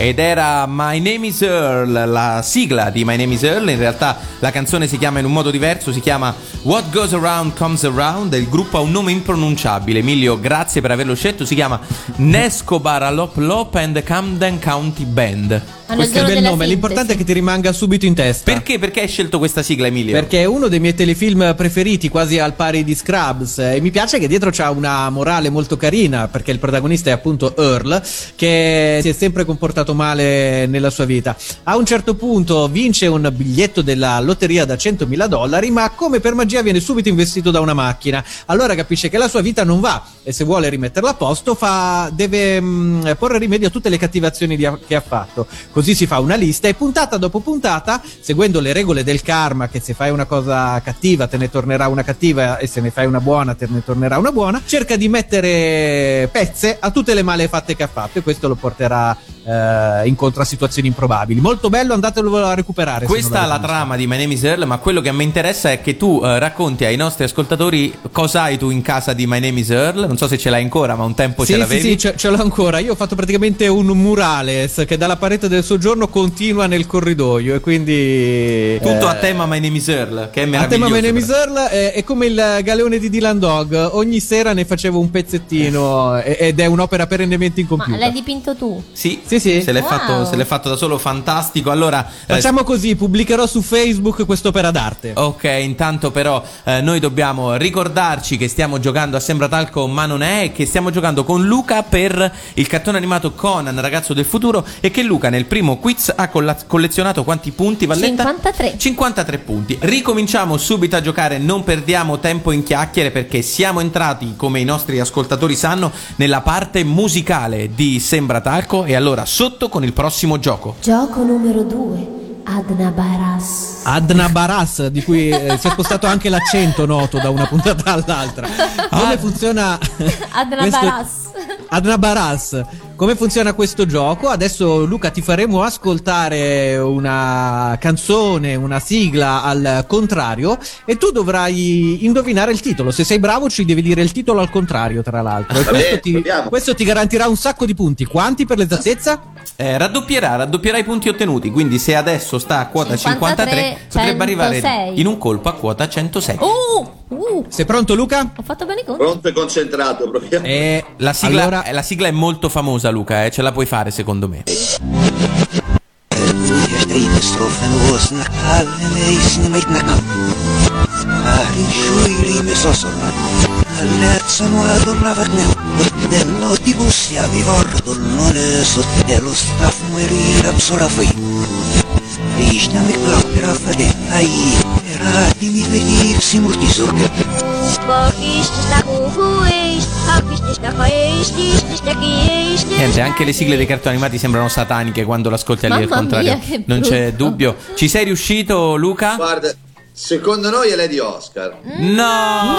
ed era My Name is Earl, la sigla di My Name is Earl. In realtà la canzone si chiama in un modo diverso, si chiama What Goes Around Comes Around, e il gruppo ha un nome impronunciabile. Emilio, grazie per averlo scelto, si chiama Nescobar Alop Lop and Camden County Band. Questo è il bel nome, l'importante è che ti rimanga subito in testa. Perché? Perché hai scelto questa sigla, Emilio? Perché è uno dei miei telefilm preferiti, quasi al pari di Scrubs, e mi piace che dietro c'ha una morale molto carina, perché il protagonista è appunto Earl, che si è sempre comportato male nella sua vita. A un certo punto vince un biglietto della lotteria da centomila dollari, ma come per magia viene subito investito da una macchina. Allora capisce che la sua vita non va, e se vuole rimetterla a posto fa, deve mh, porre rimedio a tutte le cattivazioni di, che ha fatto. Così si fa una lista e puntata dopo puntata, seguendo le regole del karma, che se fai una cosa cattiva te ne tornerà una cattiva e se ne fai una buona te ne tornerà una buona, cerca di mettere pezze a tutte le malefatte che ha fatto, e questo lo porterà eh, incontro a situazioni improbabili. Molto bello, andatelo a recuperare. Questa è la trama di My Name is Earl, ma quello che a me interessa è che tu eh, racconti ai nostri ascoltatori cosa hai tu in casa di My Name is Earl. Non so se ce l'hai ancora, ma un tempo sì, ce l'avevi. Sì, sì, ce, ce l'ho ancora. Io ho fatto praticamente un murales che dalla parete del soggiorno continua nel corridoio, e quindi tutto eh, a tema My Name is Earl, che è meraviglioso. A tema My Name is Earl è, è come il galeone di Dylan Dog, ogni sera ne facevo un pezzettino ed è un'opera perennemente incompiuta. Ma l'hai dipinto tu? Sì, sì, sì. Se l'è, wow. fatto, se l'è fatto da solo, fantastico. Allora facciamo eh, così, pubblicherò su Facebook quest'opera d'arte. Ok, intanto però eh, noi dobbiamo ricordarci che stiamo giocando a Sembratalco ma non è, e che stiamo giocando con Luca per il cartone animato Conan, ragazzo del futuro, e che Luca nel primo quiz ha colla- collezionato quanti punti, Valletta? cinquantatré. cinquantatré punti. Ricominciamo subito a giocare, non perdiamo tempo in chiacchiere, perché siamo entrati, come i nostri ascoltatori sanno, nella parte musicale di Sembratalco, e allora sotto con il prossimo gioco. Gioco numero due. Adna Baras. Adna Baras, di cui eh, si è spostato anche l'accento noto da una puntata all'altra. Come funziona Adna questo... Baras. Adna Baras. Come funziona questo gioco? Adesso, Luca, ti faremo ascoltare una canzone, una sigla al contrario, e tu dovrai indovinare il titolo. Se sei bravo ci devi dire il titolo al contrario, tra l'altro, e questo, ti, questo ti garantirà un sacco di punti. Quanti per l'esattezza? Eh, raddoppierà, raddoppierà i punti ottenuti. Quindi se adesso sta a quota cinquantatré, potrebbe arrivare in un colpo a quota centosei. Uh, uh. Sei pronto, Luca? Ho fatto bene i conti. Pronto e concentrato proprio. Eh, la, sigla, allora... la sigla è molto famosa, Luca, eh, ce la puoi fare secondo me. Niente, anche le sigle dei cartoni animati sembrano sataniche quando l'ascolti lì al contrario. Mia, che non brutto. c'è dubbio. Ci sei riuscito, Luca? Guarda, secondo noi è Lady Oscar. No!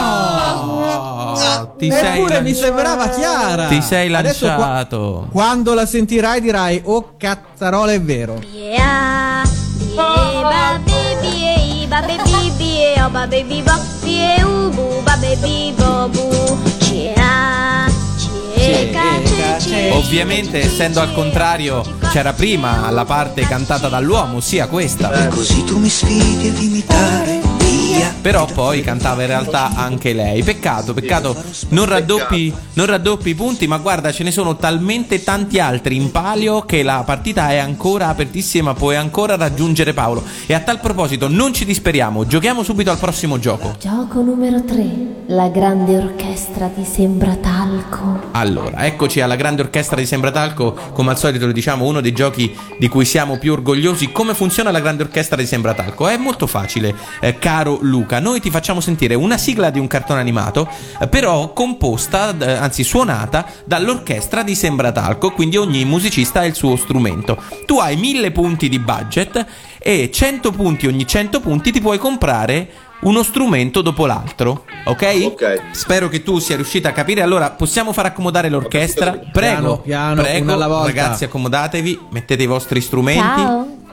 No! Ti sei Eppure lan- mi sembrava chiara. Ti sei Adesso, lanciato. qua- quando la sentirai dirai: oh cazzarola, è vero. Yeah, yeah, baby, baby, baby, oh baby, baby, oh baby, baby, yeah, yeah. Ovviamente, essendo al contrario, c'era prima la parte cantata dall'uomo, ossia questa. E così tu mi sfidi ad imitare via. Però poi cantava in realtà anche lei. Peccato, peccato non raddoppi, non raddoppi i punti, ma guarda, ce ne sono talmente tanti altri in palio che la partita è ancora apertissima, puoi ancora raggiungere Paolo. E a tal proposito non ci disperiamo, giochiamo subito al prossimo gioco. Gioco numero tre. La grande orchestra di Sembratalco. Allora, eccoci alla grande orchestra di Sembratalco. Come al solito lo diciamo, uno dei giochi di cui siamo più orgogliosi. Come funziona la grande orchestra di Sembratalco? È molto facile, eh, caro Luca. Noi ti facciamo sentire una sigla di un cartone animato, eh, però composta, eh, anzi suonata dall'orchestra di Sembratalco, quindi ogni musicista ha il suo strumento. Tu hai mille punti di budget e cento punti, ogni cento punti ti puoi comprare uno strumento dopo l'altro, ok? Ok. Spero che tu sia riuscita a capire. Allora, possiamo far accomodare l'orchestra? Prego, Piano, piano, prego, una alla volta. ragazzi, accomodatevi, mettete i vostri strumenti. Ciao.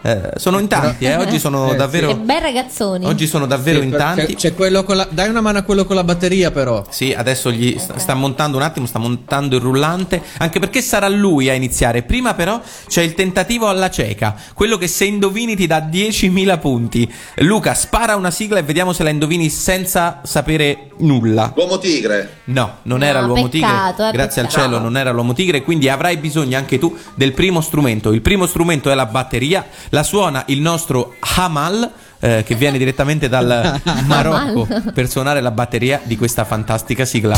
Eh, sono in tanti, eh. Oggi sono Eh, davvero. Che bei ragazzoni. Oggi sono davvero Sì, in per- tanti. C'è, c'è quello con la, dai una mano a quello con la batteria, però. Sì, adesso gli sta, sta montando un attimo, sta montando il rullante, anche perché sarà lui a iniziare. Prima però c'è il tentativo alla cieca, quello che se indovini ti dà diecimila punti. Luca, spara una sigla e vediamo se la indovini senza sapere nulla. L'uomo tigre. No, non No, era l'uomo peccato, tigre. eh, Grazie peccato. al cielo non era l'uomo tigre, quindi avrai bisogno anche tu del primo strumento. Il primo strumento è la batteria, la suona il nostro Hamal, eh, che viene direttamente dal Marocco per suonare la batteria di questa fantastica sigla.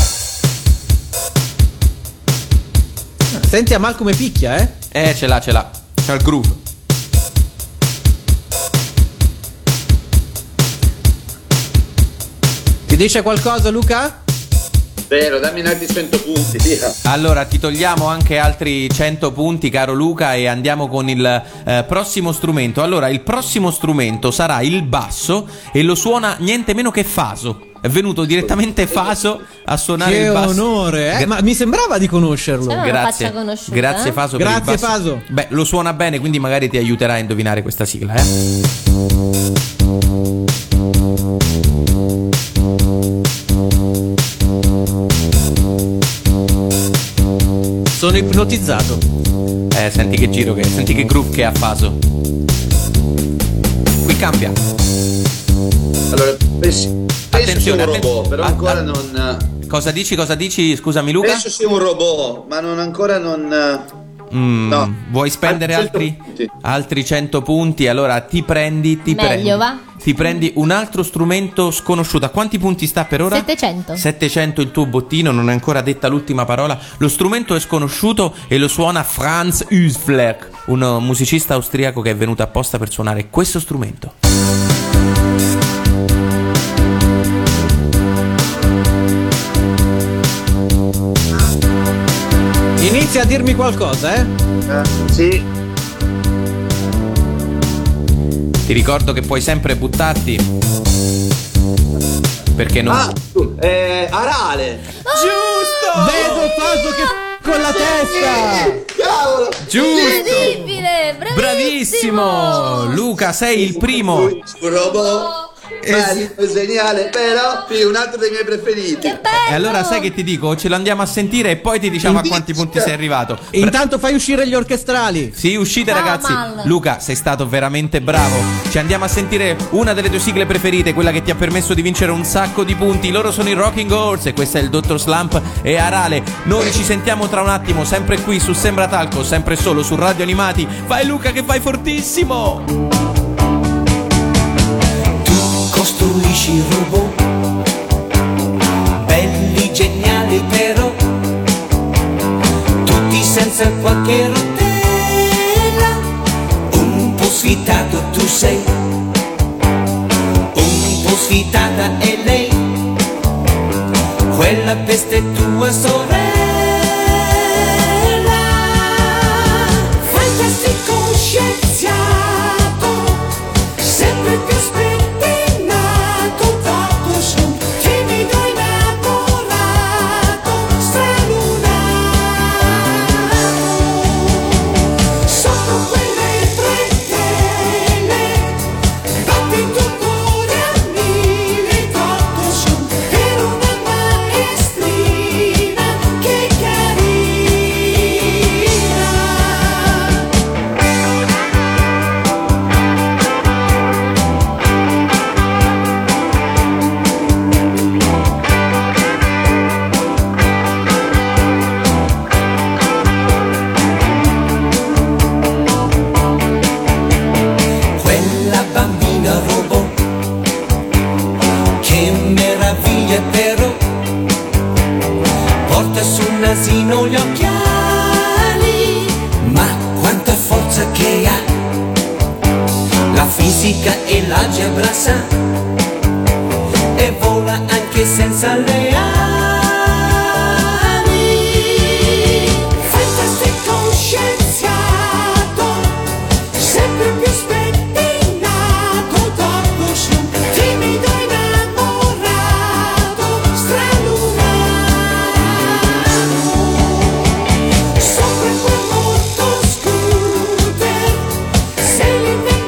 Senti Amal come picchia, eh? Eh, ce l'ha, ce l'ha. C'ha il groove. Ti dice qualcosa, Luca? Vero, dammi in altri cento punti, via. Allora ti togliamo anche altri cento punti, caro Luca, e andiamo con il eh, prossimo strumento. Allora, il prossimo strumento sarà il basso e lo suona niente meno che Faso. È venuto direttamente Faso a suonare Che il basso. onore, eh? Gra- Ma mi sembrava di conoscerlo. C'era una Grazie, faccia conosciuta, grazie eh? Faso per il Grazie, basso. Faso. Beh, lo suona bene, quindi magari ti aiuterà a indovinare questa sigla, eh? Sono ipnotizzato. Eh, senti che giro che, senti che groove che ha Faso. Qui cambia. Allora, penso, penso sia un Attenzione, robot, però ah, ancora ah. non... Cosa dici? Cosa dici? Scusami Luca. Penso sia un robot, ma non ancora non... Mm, No. Vuoi spendere Altri altri, cento punti. altri cento punti? Allora ti prendi, ti Meglio, prendi, va? ti prendi un altro strumento sconosciuto. A quanti punti sta per ora? settecento. settecento il tuo bottino, non è ancora detta l'ultima parola. Lo strumento è sconosciuto e lo suona Franz Hüsfler, un musicista austriaco che è venuto apposta per suonare questo strumento. Inizia a dirmi qualcosa, eh? Eh, sì, Ti ricordo che puoi sempre buttarti perché non... ah, eh, Arale. Giusto! Vedo Faso che con la testa! Cavolo. Giusto! Incredibile, bravissimo. Bravissimo! Luca, sei il primo. Un robot. Bello, geniale, però sì, un altro dei miei preferiti. Che bello. E allora sai che ti dico? Ce lo andiamo a sentire e poi ti diciamo a quanti punti sei arrivato. E intanto fai uscire gli orchestrali. Sì, uscite Ciao, ragazzi. Mal. Luca, sei stato veramente bravo. Ci andiamo a sentire una delle tue sigle preferite, quella che ti ha permesso di vincere un sacco di punti. Loro sono i Rocking Horse e questo è il dottor Slump e Arale. Noi ci sentiamo tra un attimo, sempre qui su Sembra Talco, sempre solo su Radio Animati. Vai Luca che fai fortissimo! Costruisci robot belli, geniali però, tutti senza qualche rotella. Un po' sfitato tu sei, un po' sfitata è lei, quella peste tua sorella. Fantastico scienziato, sempre più spettinato, troppo su, timido innamorato, stralunato. Sotto quelle pretele, batti il tuo cuore a mille, troppo su, per una maestrina che carina. Quella bambina robot, che meraviglia però, porta sul nasino gli occhiali, ma quanta forza che ha, la fisica e l'algebra sa, e vola anche senza le ali. Fantastico scienziato, sempre più spettinato, troppo su, timido innamorato, stralunato. Sopra quel moto scooter, sei l'inventato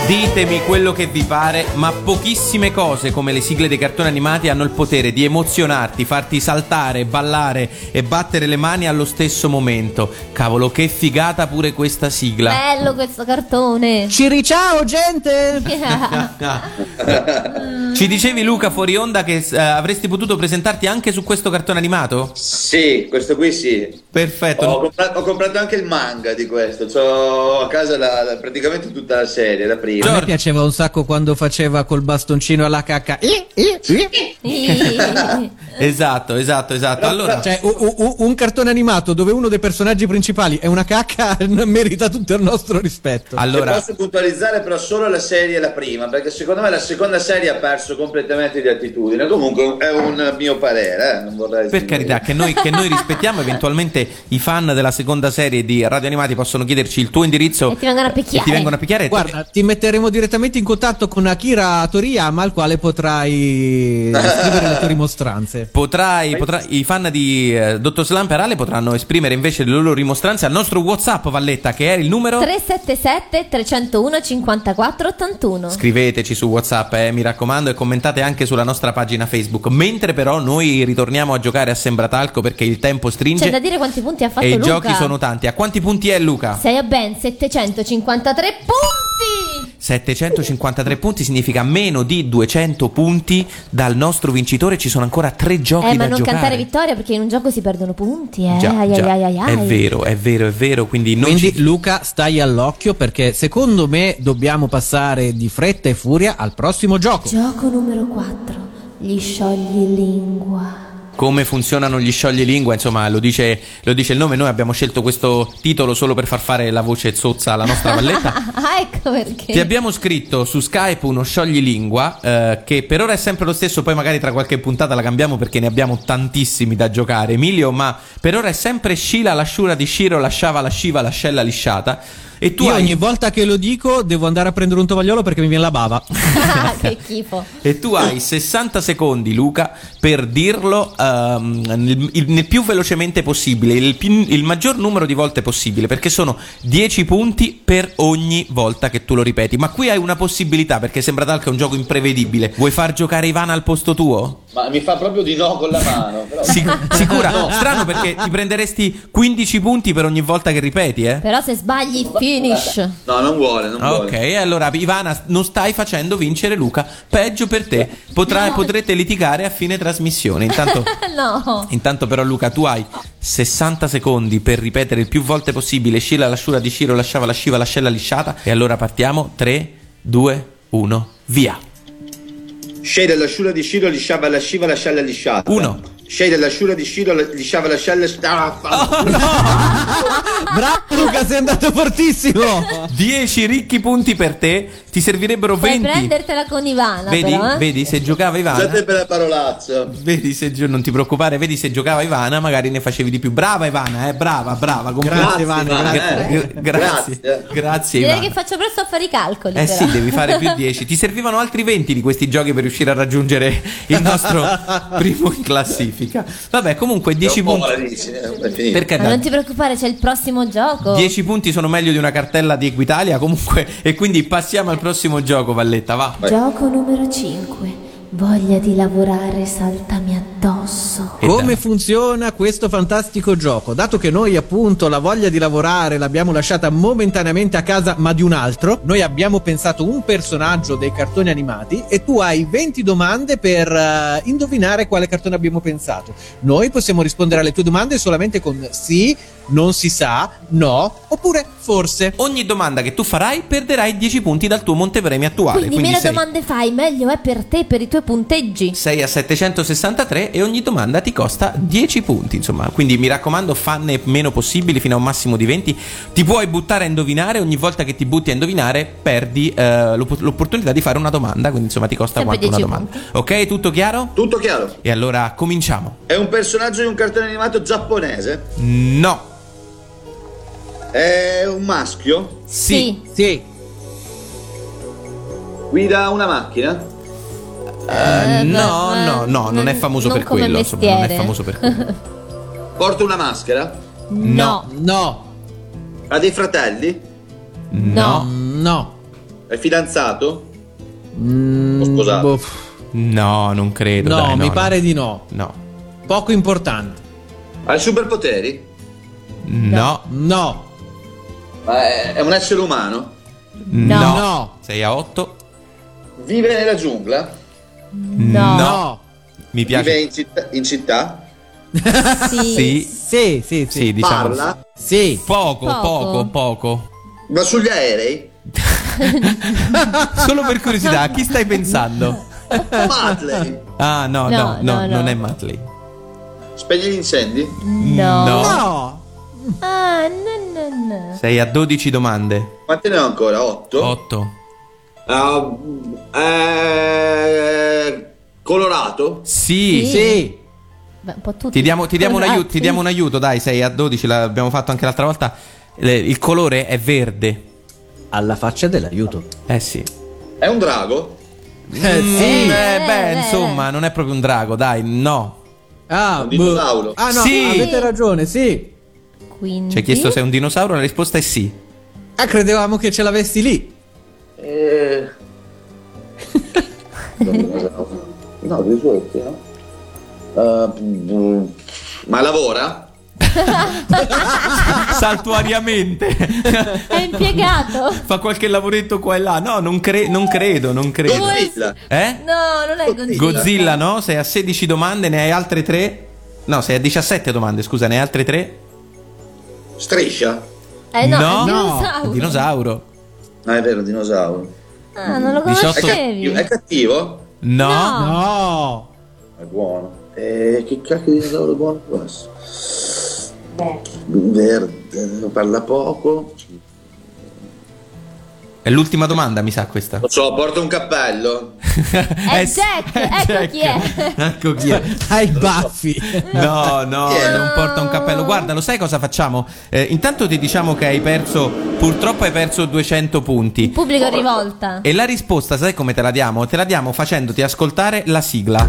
Ditemi quello che vi pare, ma pochissime cose come le sigle dei cartoni animati hanno il potere di emozionarti, farti saltare, ballare e battere le mani allo stesso momento. Cavolo, che figata pure questa sigla. Bello questo cartone. Ciao gente. Ci dicevi, Luca, fuori onda che eh, avresti potuto presentarti anche su questo cartone animato? Sì, questo qui sì. Perfetto. Ho comprato, ho comprato anche il manga di questo. C'ho a casa la, la, praticamente tutta la serie, la prima. A me piaceva un sacco quando faceva col bastoncino alla cacca. Esatto, esatto, esatto. Allora, cioè, u- u- un cartone animato dove uno dei personaggi principali è una cacca merita tutto il nostro rispetto. Allora, Se posso puntualizzare però solo la serie la prima, perché secondo me la seconda serie ha perso completamente di attitudine. Comunque è un mio parere, eh? Non vorrei per carità, che noi, che noi rispettiamo. Eventualmente i fan della seconda serie di Radio Animati possono chiederci il tuo indirizzo e ti vengono a picchiare. E ti vengono a picchiare. Guarda, ti metteremo direttamente in contatto con Akira Toriyama, al quale potrai scrivere le tue rimostranze. Potrai, potrai, i fan di eh, Dottor Slump e Rale potranno esprimere invece le loro rimostranze al nostro WhatsApp, Valletta, che è il numero tre sette sette tre zero uno cinquantaquattro ottantuno. Scriveteci su WhatsApp, eh, mi raccomando, e commentate anche sulla nostra pagina Facebook. Mentre però noi ritorniamo a giocare a Sembratalco perché il tempo stringe. C'è da dire quanti punti ha fatto e Luca. I giochi sono tanti. A quanti punti è Luca? Sei a ben settecentocinquantatré punti. settecentocinquantatré punti significa meno di duecento punti dal nostro vincitore. Ci sono ancora tre giochi eh, da ma non giocare. cantare vittoria, perché in un gioco si perdono punti, eh. Già, ai, già. ai, ai, ai. È vero, è vero, è vero. Quindi, non Quindi ci... Luca, stai all'occhio, perché secondo me dobbiamo passare di fretta e furia al prossimo gioco. Gioco numero quattro. Gli sciogli lingua. Come funzionano gli scioglilingua, insomma, lo dice, lo dice il nome. Noi abbiamo scelto questo titolo solo per far fare la voce zozza alla nostra Valletta. Ah, ecco perché. Ti abbiamo scritto su Skype uno scioglilingua eh, che per ora è sempre lo stesso, poi magari tra qualche puntata la cambiamo perché ne abbiamo tantissimi da giocare, Emilio, ma per ora è sempre Scila, l'asciura di Sciro, lasciava, lasciva, l'ascella lisciata. E tu Io hai... ogni volta che lo dico devo andare a prendere un tovagliolo perché mi viene la bava. Ah, che schifo. E tu hai sessanta secondi, Luca, per dirlo um, nel, nel più velocemente possibile, il, più, il maggior numero di volte possibile, perché sono dieci punti per ogni volta che tu lo ripeti. Ma qui hai una possibilità, perché sembra tal che è un gioco imprevedibile. Vuoi far giocare Ivana al posto tuo? Ma mi fa proprio di no con la mano. Però... Sic- sicura? No. Strano, perché ti prenderesti quindici punti per ogni volta che ripeti, eh? Però se sbagli finish. No, non vuole, non vuole. Ok, allora Ivana, non stai facendo vincere Luca. Peggio per te. Potrai, No. Potrete litigare a fine trasmissione. Intanto, No. intanto però Luca, tu hai sessanta secondi per ripetere il più volte possibile Scila, l'asciura di Sciro, lasciava, lasciva, l'ascella lisciata. E allora partiamo. tre, due, uno, via. Sceglie l'asciura di Sciro, lisciava, lasciva, l'ascella lisciata. Uno. Sceglie l'asciura di Sciro, lisciava, l'ascella lisciata. Oh, no! Bravo Luca, sei andato fortissimo. dieci ricchi punti per te. Ti servirebbero Puoi venti. prendertela con Ivana, Vedi, però, eh? vedi se giocava Ivana. Scusate per la parolazza. Vedi se gio- non ti preoccupare, vedi se giocava Ivana, magari ne facevi di più. Brava Ivana, eh, brava, brava. Grazie, Ivana, Gra- grazie. gra- grazie. Grazie. Grazie Direi Ivana. che faccio presto a fare i calcoli. Eh però. sì, devi fare più dieci. Ti servivano altri venti di questi giochi per riuscire a raggiungere il nostro primo in classifica. Vabbè, comunque dieci punti. punti. Perché Ma non ti preoccupare, c'è il prossimo gioco. dieci punti sono meglio di una cartella di Equitalia. Comunque, e quindi passiamo al prossimo gioco, Valletta, va. Gioco numero cinque. Voglia di lavorare, saltami addosso. E Come dai. funziona questo fantastico gioco? Dato che noi appunto la voglia di lavorare l'abbiamo lasciata momentaneamente a casa ma di un altro, noi abbiamo pensato un personaggio dei cartoni animati e tu hai venti domande per uh, indovinare quale cartone abbiamo pensato. Noi possiamo rispondere alle tue domande solamente con sì, non si sa, no, oppure forse. Ogni domanda che tu farai perderai dieci punti dal tuo montepremi attuale. Quindi, meno sei, domande fai, meglio è per te, per i tuoi punteggi. sei a settecentosessantatré e ogni domanda ti costa dieci punti. Insomma, quindi mi raccomando, fanne meno possibili fino a un massimo di venti. Ti puoi buttare a indovinare. Ogni volta che ti butti a indovinare perdi eh, l'opp- l'opportunità di fare una domanda. Quindi insomma ti costa Sempre quanto una dieci domanda. Ok, tutto chiaro? Tutto chiaro. E allora cominciamo. È un personaggio di un cartone animato giapponese? No. È un maschio? Sì. Sì. Guida una macchina? Eh, no, eh, no, no, non è famoso non per come quello. Insomma, non è mestiere. famoso per quello. Porta una maschera? No. No. Ha dei fratelli? No. No. È fidanzato? Mm, O sposato? boh. No, non credo. No, dai, mi no, pare no. di no. No. Poco importante. Ha i superpoteri? No. No. Ma è, è un essere umano? No. No. sei a otto. Vive nella giungla? No. No. Mi piace. Vive in città? In città? Sì. Sì. Sì, sì, sì. Sì, diciamo. Parla? Sì. Poco, Poco. poco, poco. Va sugli aerei? Solo per curiosità, a chi stai pensando? Matley? Ah, no, no, No, no, no, no. non è Matley. Spegne gli incendi? No. No. No. Ah, no, no, no. Sei a dodici domande. Quante ne ho ancora? Otto? otto. Uh, eh, colorato? Sì. Sì. Sì. Beh, un po' tutti. Ti diamo, ti diamo un Colorati. aiuto, ti diamo un aiuto, dai, sei a dodici, l'abbiamo fatto anche l'altra volta. Le- Il colore è verde. Alla faccia dell'aiuto. Eh sì. È un drago? Eh, Mm, sì. eh, beh, eh, insomma, non è proprio un drago, dai, no. Ah, Un dinosauro? boh. Ah, no, Sì. avete ragione, sì. Quindi... Ci hai chiesto se è un dinosauro, la risposta è sì. Ah, credevamo che ce l'avessi lì. Eh... no, di solito, no? Uh, ma lavora? Saltuariamente. È impiegato. Fa qualche lavoretto qua e là. No, non, cre- non credo, non credo. Godzilla? Eh? No, non è Godzilla. Godzilla, no? Sei a sedici domande, ne hai altre tre? No, sei a diciassette domande, scusa, ne hai altre tre? Striscia? Eh no, No. è un No, dinosauro. Dinosauro. Ah, è vero, dinosauro. Ah, non lo diciotto È conoscevi. cattivo? È cattivo? No. No. No. È buono. Eh, che cacchio di dinosauro buono può essere? Verde, parla poco. È l'ultima domanda, mi sa questa. Lo so, porta un cappello. È Jack, ecco chi è. Ecco chi è. Hai i baffi. No, no, non porta un cappello. Guarda, lo sai cosa facciamo? Eh, intanto ti diciamo che hai perso, purtroppo hai perso duecento punti. Pubblico rivolta. E la risposta, sai come te la diamo? Te la diamo facendoti ascoltare la sigla.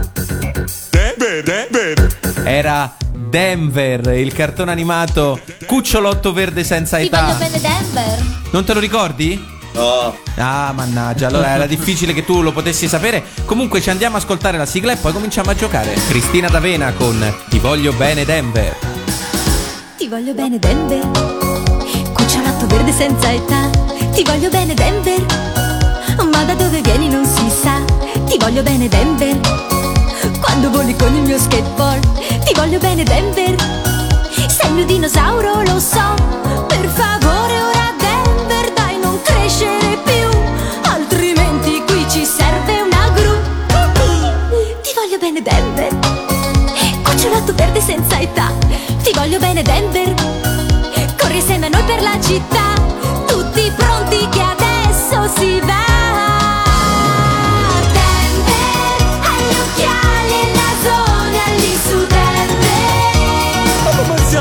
Era Denver, il cartone animato Cucciolotto verde senza Ti età. voglio bene Denver. Non te lo ricordi? No. Ah, mannaggia, allora era difficile che tu lo potessi sapere. Comunque ci andiamo a ascoltare la sigla e poi cominciamo a giocare. Cristina D'Avena con Ti voglio bene Denver. Ti voglio bene Denver, cucciolotto verde senza età. Ti voglio bene Denver, ma da dove vieni non si sa. Ti voglio bene Denver, quando voli con il mio skateboard. Ti voglio bene Denver, sei il mio dinosauro lo so. Per favore ora Denver dai non crescere più, altrimenti qui ci serve una gru. Ti voglio bene Denver, cucciolotto verde senza età. Ti voglio bene Denver, corri insieme a noi per la città. Tutti pronti che adesso si va. Denver, hai gli occhiali e il nasone lì su Denver.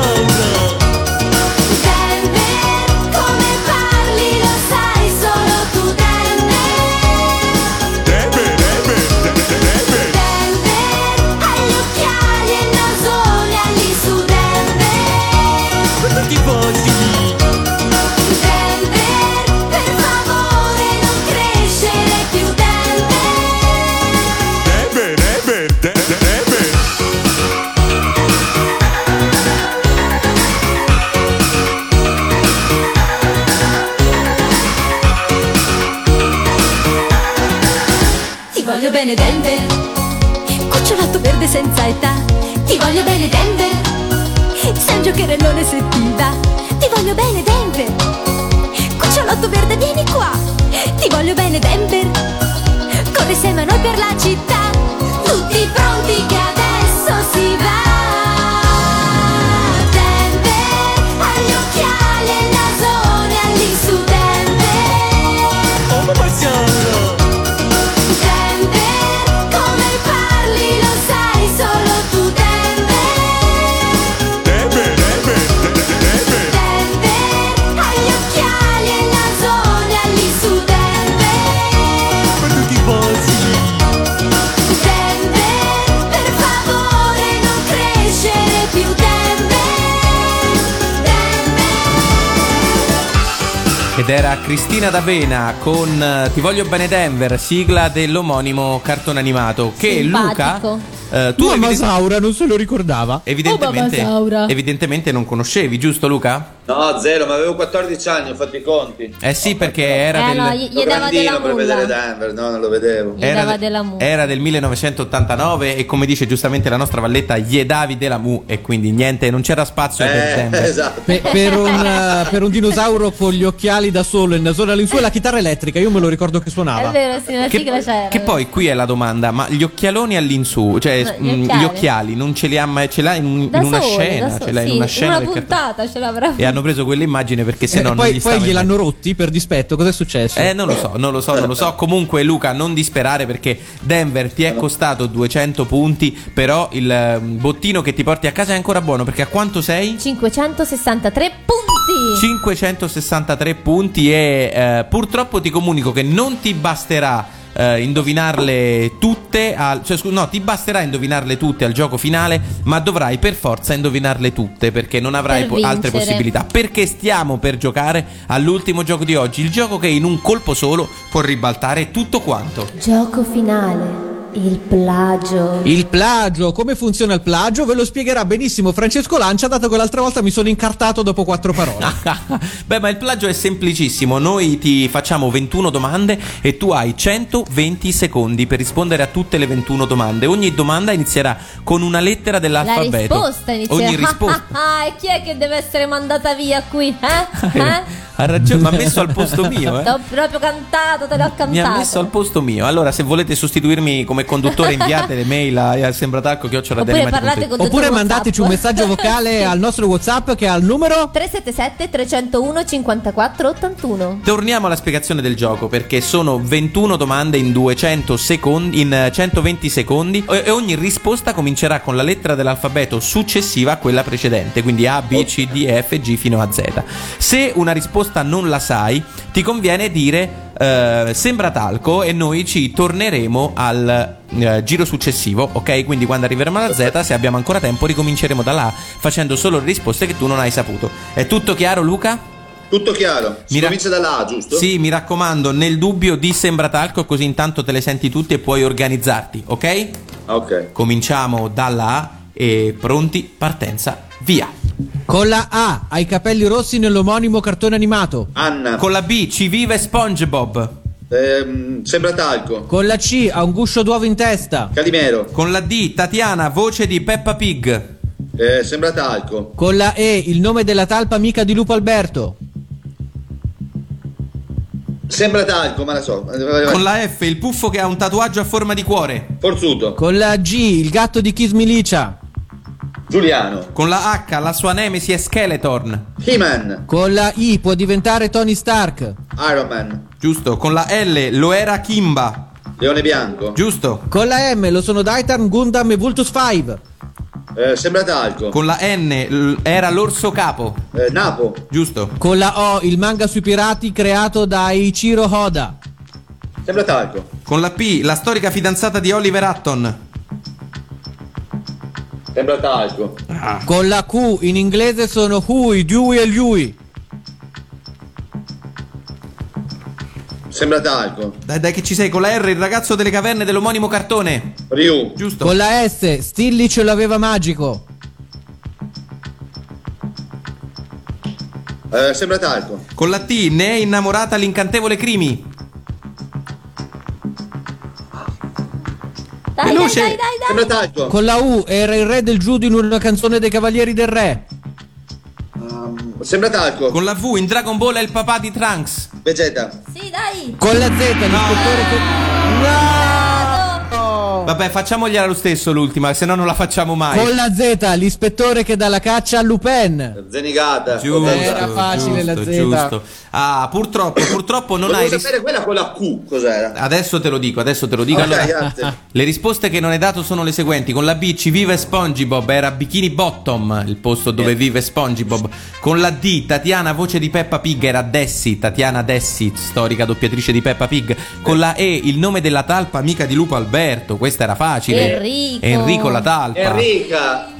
Denver, come parli lo sai solo tu Denver. Denver, hai gli occhiali e il nasone lì su Denver. Denver, per favore non crescere più Ti voglio bene Denver, cucciolotto verde senza età. Ti voglio bene Denver, sei un giocherellone se ti va. Ti voglio bene Denver, cucciolotto verde vieni qua. Ti voglio bene Denver, corri insieme a noi per la città. Tutti pronti che adesso si va. Denver, hai gli occhiali e il nasone lì su Denver. Denver, come parli lo sai solo tu Denver. Denver, Ed era Cristina D'Avena con uh, Ti voglio bene Denver, sigla dell'omonimo cartone animato che Simpatico. Luca uh, tu Mamma evident- Saura non se lo ricordava. evidentemente, Oh, mamma Saura. evidentemente non conoscevi, giusto Luca? No, zero, ma avevo quattordici anni, ho fatto i conti. Eh sì, perché era Eh del no, gli, gli Ero dava della grandino per vedere mulla. Denver, no, non lo vedevo. Gli era, dava della mulla. era del millenovecentottantanove e come dice giustamente la nostra Valletta gli davi della mu e quindi niente, non c'era spazio per Eh, Denver. esatto. Pe- per, un, uh, per un dinosauro con gli occhiali da solo, il nasone all'insù e la chitarra elettrica, io me lo ricordo che È suonava. vero, sì, una Che, sigla c'era. che poi qui è la domanda, ma gli occhialoni all'insù, cioè No, mm, gli gli, occhiali. occhiali non ce li ha mai, ce l'ha in, un- Da in una soli, scena, da so- ce l'ha sì, in una scena del cartone. puntata ce l'avrà. E hanno preso quell'immagine perché se Eh, no non poi gli poi stava in gliel'hanno rotti per dispetto, cos'è successo? Eh, non lo so, non lo so, non lo so. Comunque, Luca, non disperare perché Denver ti è costato duecento punti. Però il eh, bottino che ti porti a casa è ancora buono. Perché a quanto sei? cinquecentosessantatré punti. cinquecentosessantatré punti. E eh, purtroppo ti comunico che non ti basterà eh, indovinarle tutte. Al, cioè, scu- no, ti basterà indovinarle tutte al gioco finale. Ma dovrai per forza indovinarle tutte. Perché non avrai Per po- altre vincere. possibilità. Perché stiamo per giocare all'ultimo gioco di oggi. Il gioco che in un colpo solo può ribaltare tutto quanto. Gioco finale. Il plagio. Il plagio, come funziona il plagio? Ve lo spiegherà benissimo Francesco Lancia, dato che l'altra volta mi sono incartato dopo quattro parole. Beh, ma il plagio è semplicissimo. Noi ti facciamo ventuno domande e tu hai centoventi secondi per rispondere a tutte le ventuno domande. Ogni domanda inizierà con una lettera La dell'alfabeto. risposta inizia. Ogni risposta. Ah, e chi è che deve essere mandata via qui? Eh? Eh? Ha ragione, mi ha messo al posto mio, eh. T'ho proprio cantato, te l'ho cantato. Mi ha messo al posto mio. Allora, se volete sostituirmi come conduttore, inviate le mail a, a sembratalco chiocciola Oppure danimatic punto parlate it. con Oppure dottor mandateci un WhatsApp. messaggio vocale al nostro WhatsApp che è al numero tre sette sette tre zero uno cinquantaquattro ottantuno. Torniamo alla spiegazione del gioco perché sono ventuno domande in duecento secondi, in eh, centoventi secondi e e ogni risposta comincerà con la lettera dell'alfabeto successiva a quella precedente, quindi A, B, C, D, E, F, G fino a Z. Se una risposta non la sai, ti conviene dire eh, sembra talco e noi ci torneremo al eh, giro successivo, ok? Quindi quando arriveremo alla Z, se abbiamo ancora tempo, ricominceremo da là facendo solo le risposte che tu non hai saputo. È tutto chiaro, Luca? Tutto chiaro. Si Mi ra- comincia da là, giusto? Sì, mi raccomando, nel dubbio di sembra talco, così intanto te le senti tutte e puoi organizzarti, ok? Ok. Cominciamo dalla A e pronti, partenza, via. con la A, ha i capelli rossi nell'omonimo cartone animato. Anna. Con la B, ci vive SpongeBob. Ehm, sembra talco. Con la C, ha un guscio d'uovo in testa. Calimero. Con la D, Tatiana, voce di Peppa Pig. Eh, sembra talco. Con la E, il nome della talpa amica di Lupo Alberto. Sembra talco, ma la so. Vai, vai, vai. Con la F, il puffo che ha un tatuaggio a forma di cuore. Forzuto. Con la G, il gatto di Kiss Milicia. Giuliano. Con la H, la sua nemesi è Skeletorn. He-Man. Con la I, può diventare Tony Stark. Iron Man. Giusto. Con la L, lo era Kimba. Leone bianco. Giusto. Con la M, lo sono Daitarn, Gundam e Vultus cinque. Eh, sembra talco. Con la N, l- era l'orso capo. Eh, Napo. Giusto. Con la O, il manga sui pirati creato da Ichiro Oda. Sembra talco. Con la P, la storica fidanzata di Oliver Hutton. Sembra talco. Con la Q, in inglese sono Hui, Dewey e Lui. Sembra talco. Dai, dai che ci sei. Con la R, il ragazzo delle caverne dell'omonimo cartone. Ryu. Giusto. Con la S, Stilly ce l'aveva magico. Eh, sembra talco. Con la T, ne è innamorata l'incantevole Crimi. Dai, Veloce. dai, dai, dai, Sembra dai. talco. Con la U, era il re del judo in una canzone dei Cavalieri del Re. Um, sembra talco. Con la V, in Dragon Ball è il papà di Trunks. Vegeta. Sì, dai. Con la Z, l'ispettore che... No! Vabbè, facciamogliela lo stesso l'ultima, se no non la facciamo mai. Con la Z, l'ispettore che dà la caccia a Lupin. Zenigata. Giusto, Era facile la giusto, Z. giusto. Ah, purtroppo, purtroppo non hai Volevo ris- sapere quella con la Q cos'era. Adesso te lo dico, adesso te lo dico. Ok, Allora, grazie. le risposte che non hai dato sono le seguenti. Con la B, ci vive SpongeBob, era Bikini Bottom, il posto dove vive SpongeBob. Con la D, Tatiana, voce di Peppa Pig, era Dessi, Tatiana Dessi, storica doppiatrice di Peppa Pig. Con la E, il nome della talpa amica di Lupo Alberto, questa era facile. Enrico. Enrico la talpa. Enrica.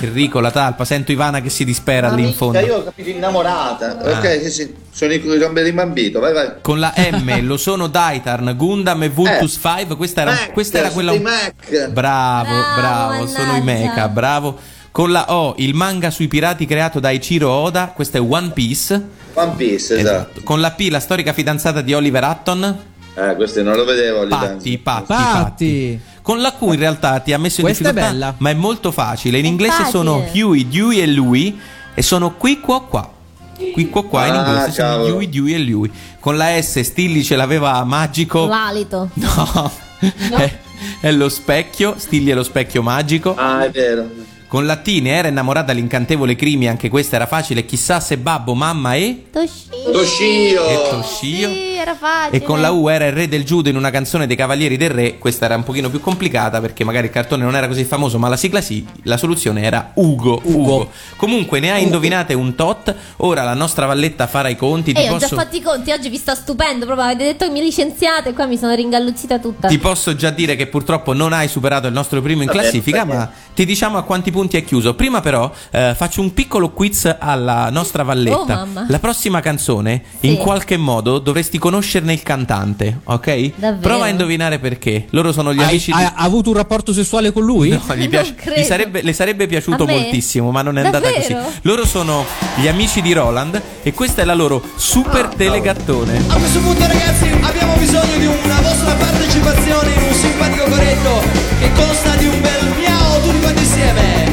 Enrico, la talpa, sento Ivana che si dispera lì in fondo. Io ho capito innamorata. Ah. Ok, sì, sì. Sono i rombe rimbambito, vai vai. Con la M lo sono Daitarn, Gundam e Vultus Eh. cinque. Questa era, Mac, questa era quella. sono i Mac. Bravo, Bravo, bravo, sono i mannaggia. mecha, bravo. Con la O il manga sui pirati creato da Ichiro Oda. Questo è One Piece. One Piece, esatto. Con la P la storica fidanzata di Oliver Hutton. Eh, questo non lo vedevo lì. Patti, Patti, Patti. Patti. Con la Q in realtà ti ha messo in Questa è difficoltà, bella. ma è molto facile. In È inglese facile. sono Huey, Dewey e Louie e sono qui qua qua. Qui qua qua in Ah, inglese sono cavolo. Huey, Dewey e Louie. Con la S Stilli ce l'aveva magico. L'alito. No, È, è lo specchio, Stilli è lo specchio magico. Ah, è vero. Con la T ne era innamorata l'incantevole Crimi, anche questa era facile. Chissà se babbo, mamma e Toshio. Toshio. e Toshio. Sì, era facile. E con la U era il re del judo in una canzone dei Cavalieri del Re. Questa era un pochino più complicata perché magari il cartone non era così famoso, ma la sigla sì. La soluzione era Ugo. Ugo. Comunque ne hai indovinate un tot. Ora la nostra Valletta farà i conti. Ti Ehi, ho già posso, fatto i conti, oggi vi sto stupendo. Proprio avete detto che mi licenziate e qua mi sono ringalluzzita tutta. ti posso già dire che purtroppo non hai superato il nostro primo in Vabbè, classifica, vabbè. ma ti diciamo a quanti punti è chiuso. Prima però eh, faccio un piccolo quiz alla nostra Valletta. Oh, mamma. La prossima canzone Sì. in qualche modo dovresti conoscerne il cantante, ok? Davvero? Prova a indovinare perché. Loro sono gli Hai, amici hai- di... ha avuto un rapporto sessuale con lui? No, gli, piace- credo. gli sarebbe, le sarebbe piaciuto A me? moltissimo, ma non è andata Davvero? così. Loro sono gli amici di Roland e questa è la loro super telegattone. A questo punto ragazzi abbiamo bisogno di una vostra partecipazione in un simpatico corretto che consta di un bel miau tutti quanti insieme.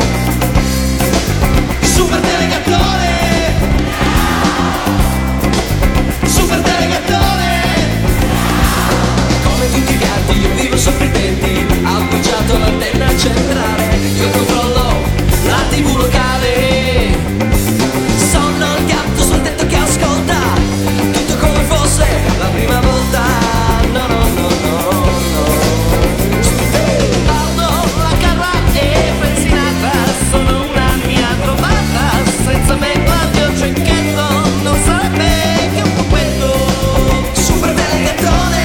Super telegattone! Super telegattone! Come tutti i gatti io vivo sorridenti, appoggiato all'antenna centrale, io controllo la tivù locale. Sono il gatto sul tetto che ascolta tutto come fosse la prima volta. No, no, no, no, no. Parlo la carra e pensinata, sono una mia trovata. Senza me guardio cecchetto, non sarebbe che un po' quello. Super telegattone.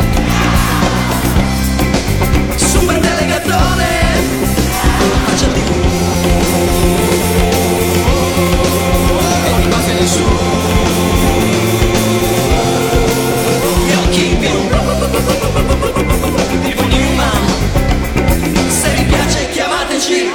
Super telegattone. Faccia di su gli occhi blu tipo Newman, se vi piace chiamateci.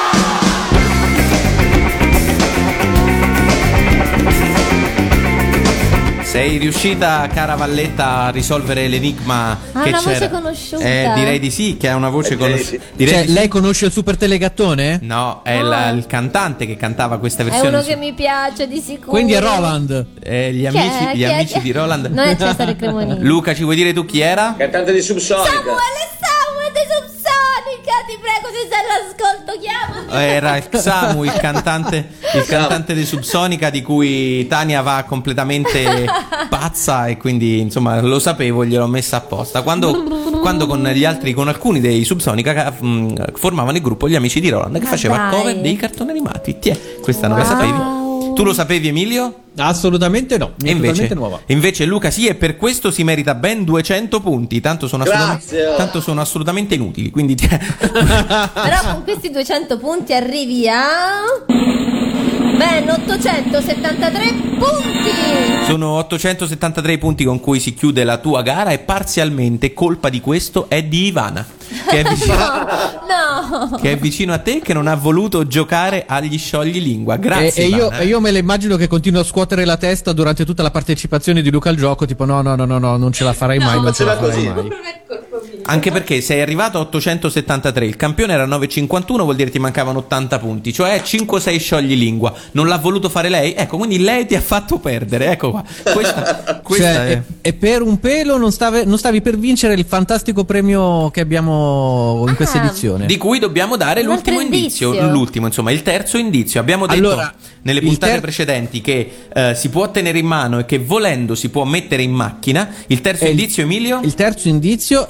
Sei riuscita, cara Valletta, a risolvere l'enigma Ha che una voce c'era? conosciuta. Eh, direi di sì, che ha una voce Eh, conosciuta. sì. Direi Cioè, di sì. lei conosce il super telegattone? No, è No. la- il cantante che cantava questa È versione. uno su- che mi piace di sicuro. Quindi è Roland. Eh, gli Chi amici, è? gli Chi è? amici Chi è? di Roland. Non è Cesare Cremonini. Luca, ci vuoi dire tu chi era? Cantante di Subsonica. Samuele, Samuele di Subsonica, ti prego, se sei all'ascolto, chiamami. Era il Xamu, il cantante, il cantante di Subsonica, di cui Tania va completamente pazza, e quindi insomma lo sapevo, gliel'ho messa apposta. Quando, quando con gli altri, con alcuni dei Subsonica mh, formavano il gruppo Gli Amici di Roland, che Ma faceva dai. cover dei cartoni animati. Tiè, questa non la Wow. sapevi? Tu lo sapevi, Emilio? Assolutamente no. Mi E è invece, totalmente nuova. invece Luca sì, e per questo si merita ben duecento punti. Tanto sono, assolutamente, Grazie. tanto sono assolutamente inutili. Quindi ti- Però con questi duecento punti arrivi a ben ottocentosettantatré punti. sono ottocentosettantatré i punti con cui si chiude la tua gara, e parzialmente colpa di questo è di Ivana, che è vicino, No. che è vicino a te, che non ha voluto giocare agli sciogli lingua. Grazie. E, e io, Ivana, eh. e io me le immagino che continua a scuotere la testa durante tutta la partecipazione di Luca al gioco, tipo no, no, no, no, no, non ce la farai mai, non ce la faceva farai così. mai. Anche perché sei arrivato a ottocentosettantatré, il campione era novecentocinquantuno, vuol dire ti mancavano ottanta punti, cioè cinque sei sciogli lingua. Non l'ha voluto fare lei? Ecco, quindi lei ti ha fatto perdere. Ecco qua. Questa, questa Cioè, è... e, e per un pelo non stavi, non stavi per vincere il fantastico premio che abbiamo in questa Ah. edizione. Di cui dobbiamo dare Un altro l'ultimo indizio, indizio. l'ultimo, insomma, il terzo indizio. Abbiamo detto Allora, nelle il puntate ter- precedenti che eh, si può tenere in mano e che volendo si può mettere in macchina. Il terzo E il- indizio, Emilio? Il terzo indizio è che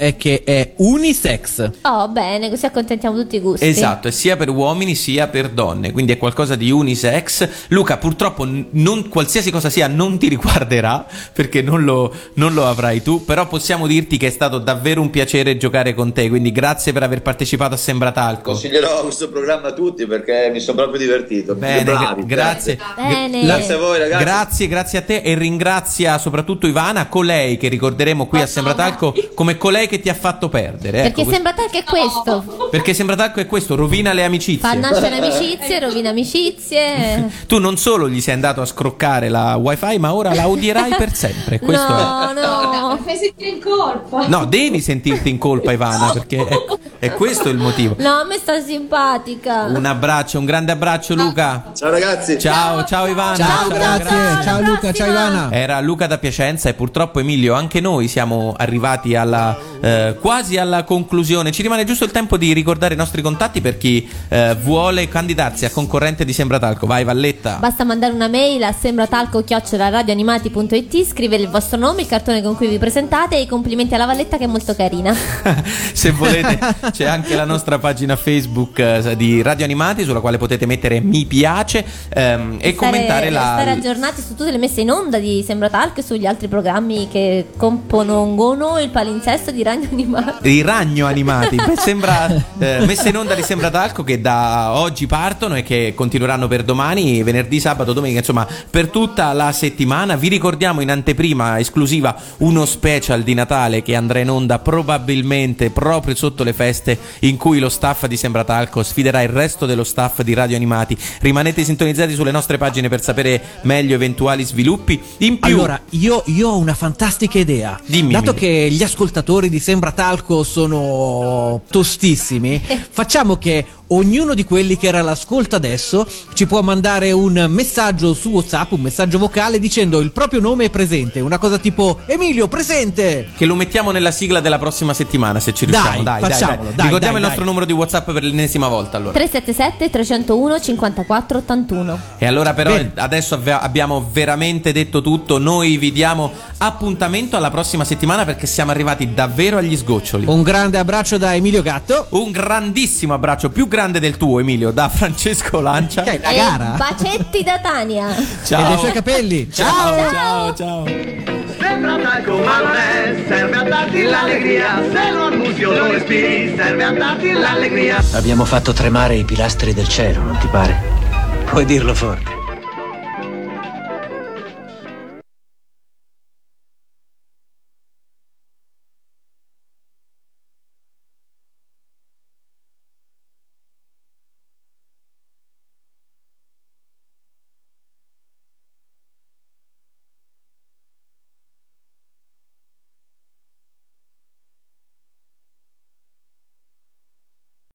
è unisex. Oh, bene, così accontentiamo tutti i gusti. Esatto, è sia per uomini sia per donne, quindi è qualcosa di unisex. Luca, purtroppo non, qualsiasi cosa sia non ti riguarderà, perché non lo, non lo avrai tu, però possiamo dirti che è stato davvero un piacere giocare con te, quindi grazie per aver partecipato a Sembratalco. Consiglierò questo programma a tutti perché mi sono proprio divertito. Bene, bravi, grazie. Bene. Grazie a voi ragazzi. Grazie, grazie a te, e ringrazia soprattutto Ivana, colei che ricorderemo qui a Sembratalco come colei che ti ha fatto perdere. Perché ecco, Sembratalco è questo. Perché Sembratalco è questo, rovina le amicizie. Fa nascere amicizie, rovina amicizie. Tu non solo gli sei andato a scroccare la wifi, ma ora la odierai per sempre. Questo No, no. Mi fai sentire in colpa. è... No, devi sentirti in colpa, Ivana, perché è, è questo il motivo. No, a me sta simpatica. Un abbraccio, un grande abbraccio, Luca. Ciao ragazzi. Ciao, ciao Ivana. Ciao, grazie. Ciao Luca, ciao Ivana. Era Luca da Piacenza, e purtroppo Emilio, anche noi siamo arrivati alla eh, quasi alla conclusione. Ci rimane giusto il tempo di ricordare i nostri contatti per chi eh, vuole candidarsi a concorrente di Sembratalco. Vai Valletta. Basta mandare una mail a sembratalco chiocciola radioanimati punto it, scrivere il vostro nome, il cartone con cui vi presentate e i complimenti alla Valletta che è molto carina. Se volete c'è anche la nostra pagina Facebook eh, di Radio Animati, sulla quale potete mettere mi piace ehm, e stare, commentare la... stare aggiornati su tutte le messe in onda di Sembratalco e sugli altri programmi che compongono il palinsesto di Radio Animati. I ragno animati. Beh, sembra eh, messe in onda di Sembratalco che da oggi partono e che continueranno per domani, venerdì, sabato, domenica, insomma per tutta la settimana. Vi ricordiamo in anteprima esclusiva uno special di Natale che andrà in onda probabilmente proprio sotto le feste, in cui lo staff di Sembratalco sfiderà il resto dello staff di Radio Animati. Rimanete sintonizzati sulle nostre pagine per sapere meglio eventuali sviluppi. In più, Allora, io, io ho una fantastica idea. Dimmi, Dato dimmi. che gli ascoltatori di Sembratalco sono tostissimi, facciamo che ognuno di quelli che era all'ascolto adesso ci può mandare un messaggio su WhatsApp, un messaggio vocale dicendo il proprio nome è presente, una cosa tipo Emilio presente. che lo mettiamo nella sigla della prossima settimana, se ci riusciamo. Dai, Dai, dai, facciamolo, dai. dai, Ricordiamo dai, il nostro dai. numero di WhatsApp per l'ennesima volta, allora. tre sette sette tre zero uno cinquantaquattro ottantuno. E allora però Bene. adesso avve- abbiamo veramente detto tutto. Noi vi diamo appuntamento alla prossima settimana, perché siamo arrivati davvero agli sgoccioli. Un grande abbraccio da Emilio Gatto. Un grandissimo abbraccio, più grande del tuo, Emilio, da Francesco Lancia. Che è la E gara? bacetti da Tania. Ciao. E dei suoi capelli. Ciao, ciao, ciao. Sembratalco ma non è, serve a darti l'allegria. Se lo annusi o lo respiri, serve a darti l'allegria. Abbiamo fatto tremare i pilastri del cielo, non ti pare? Puoi dirlo forte.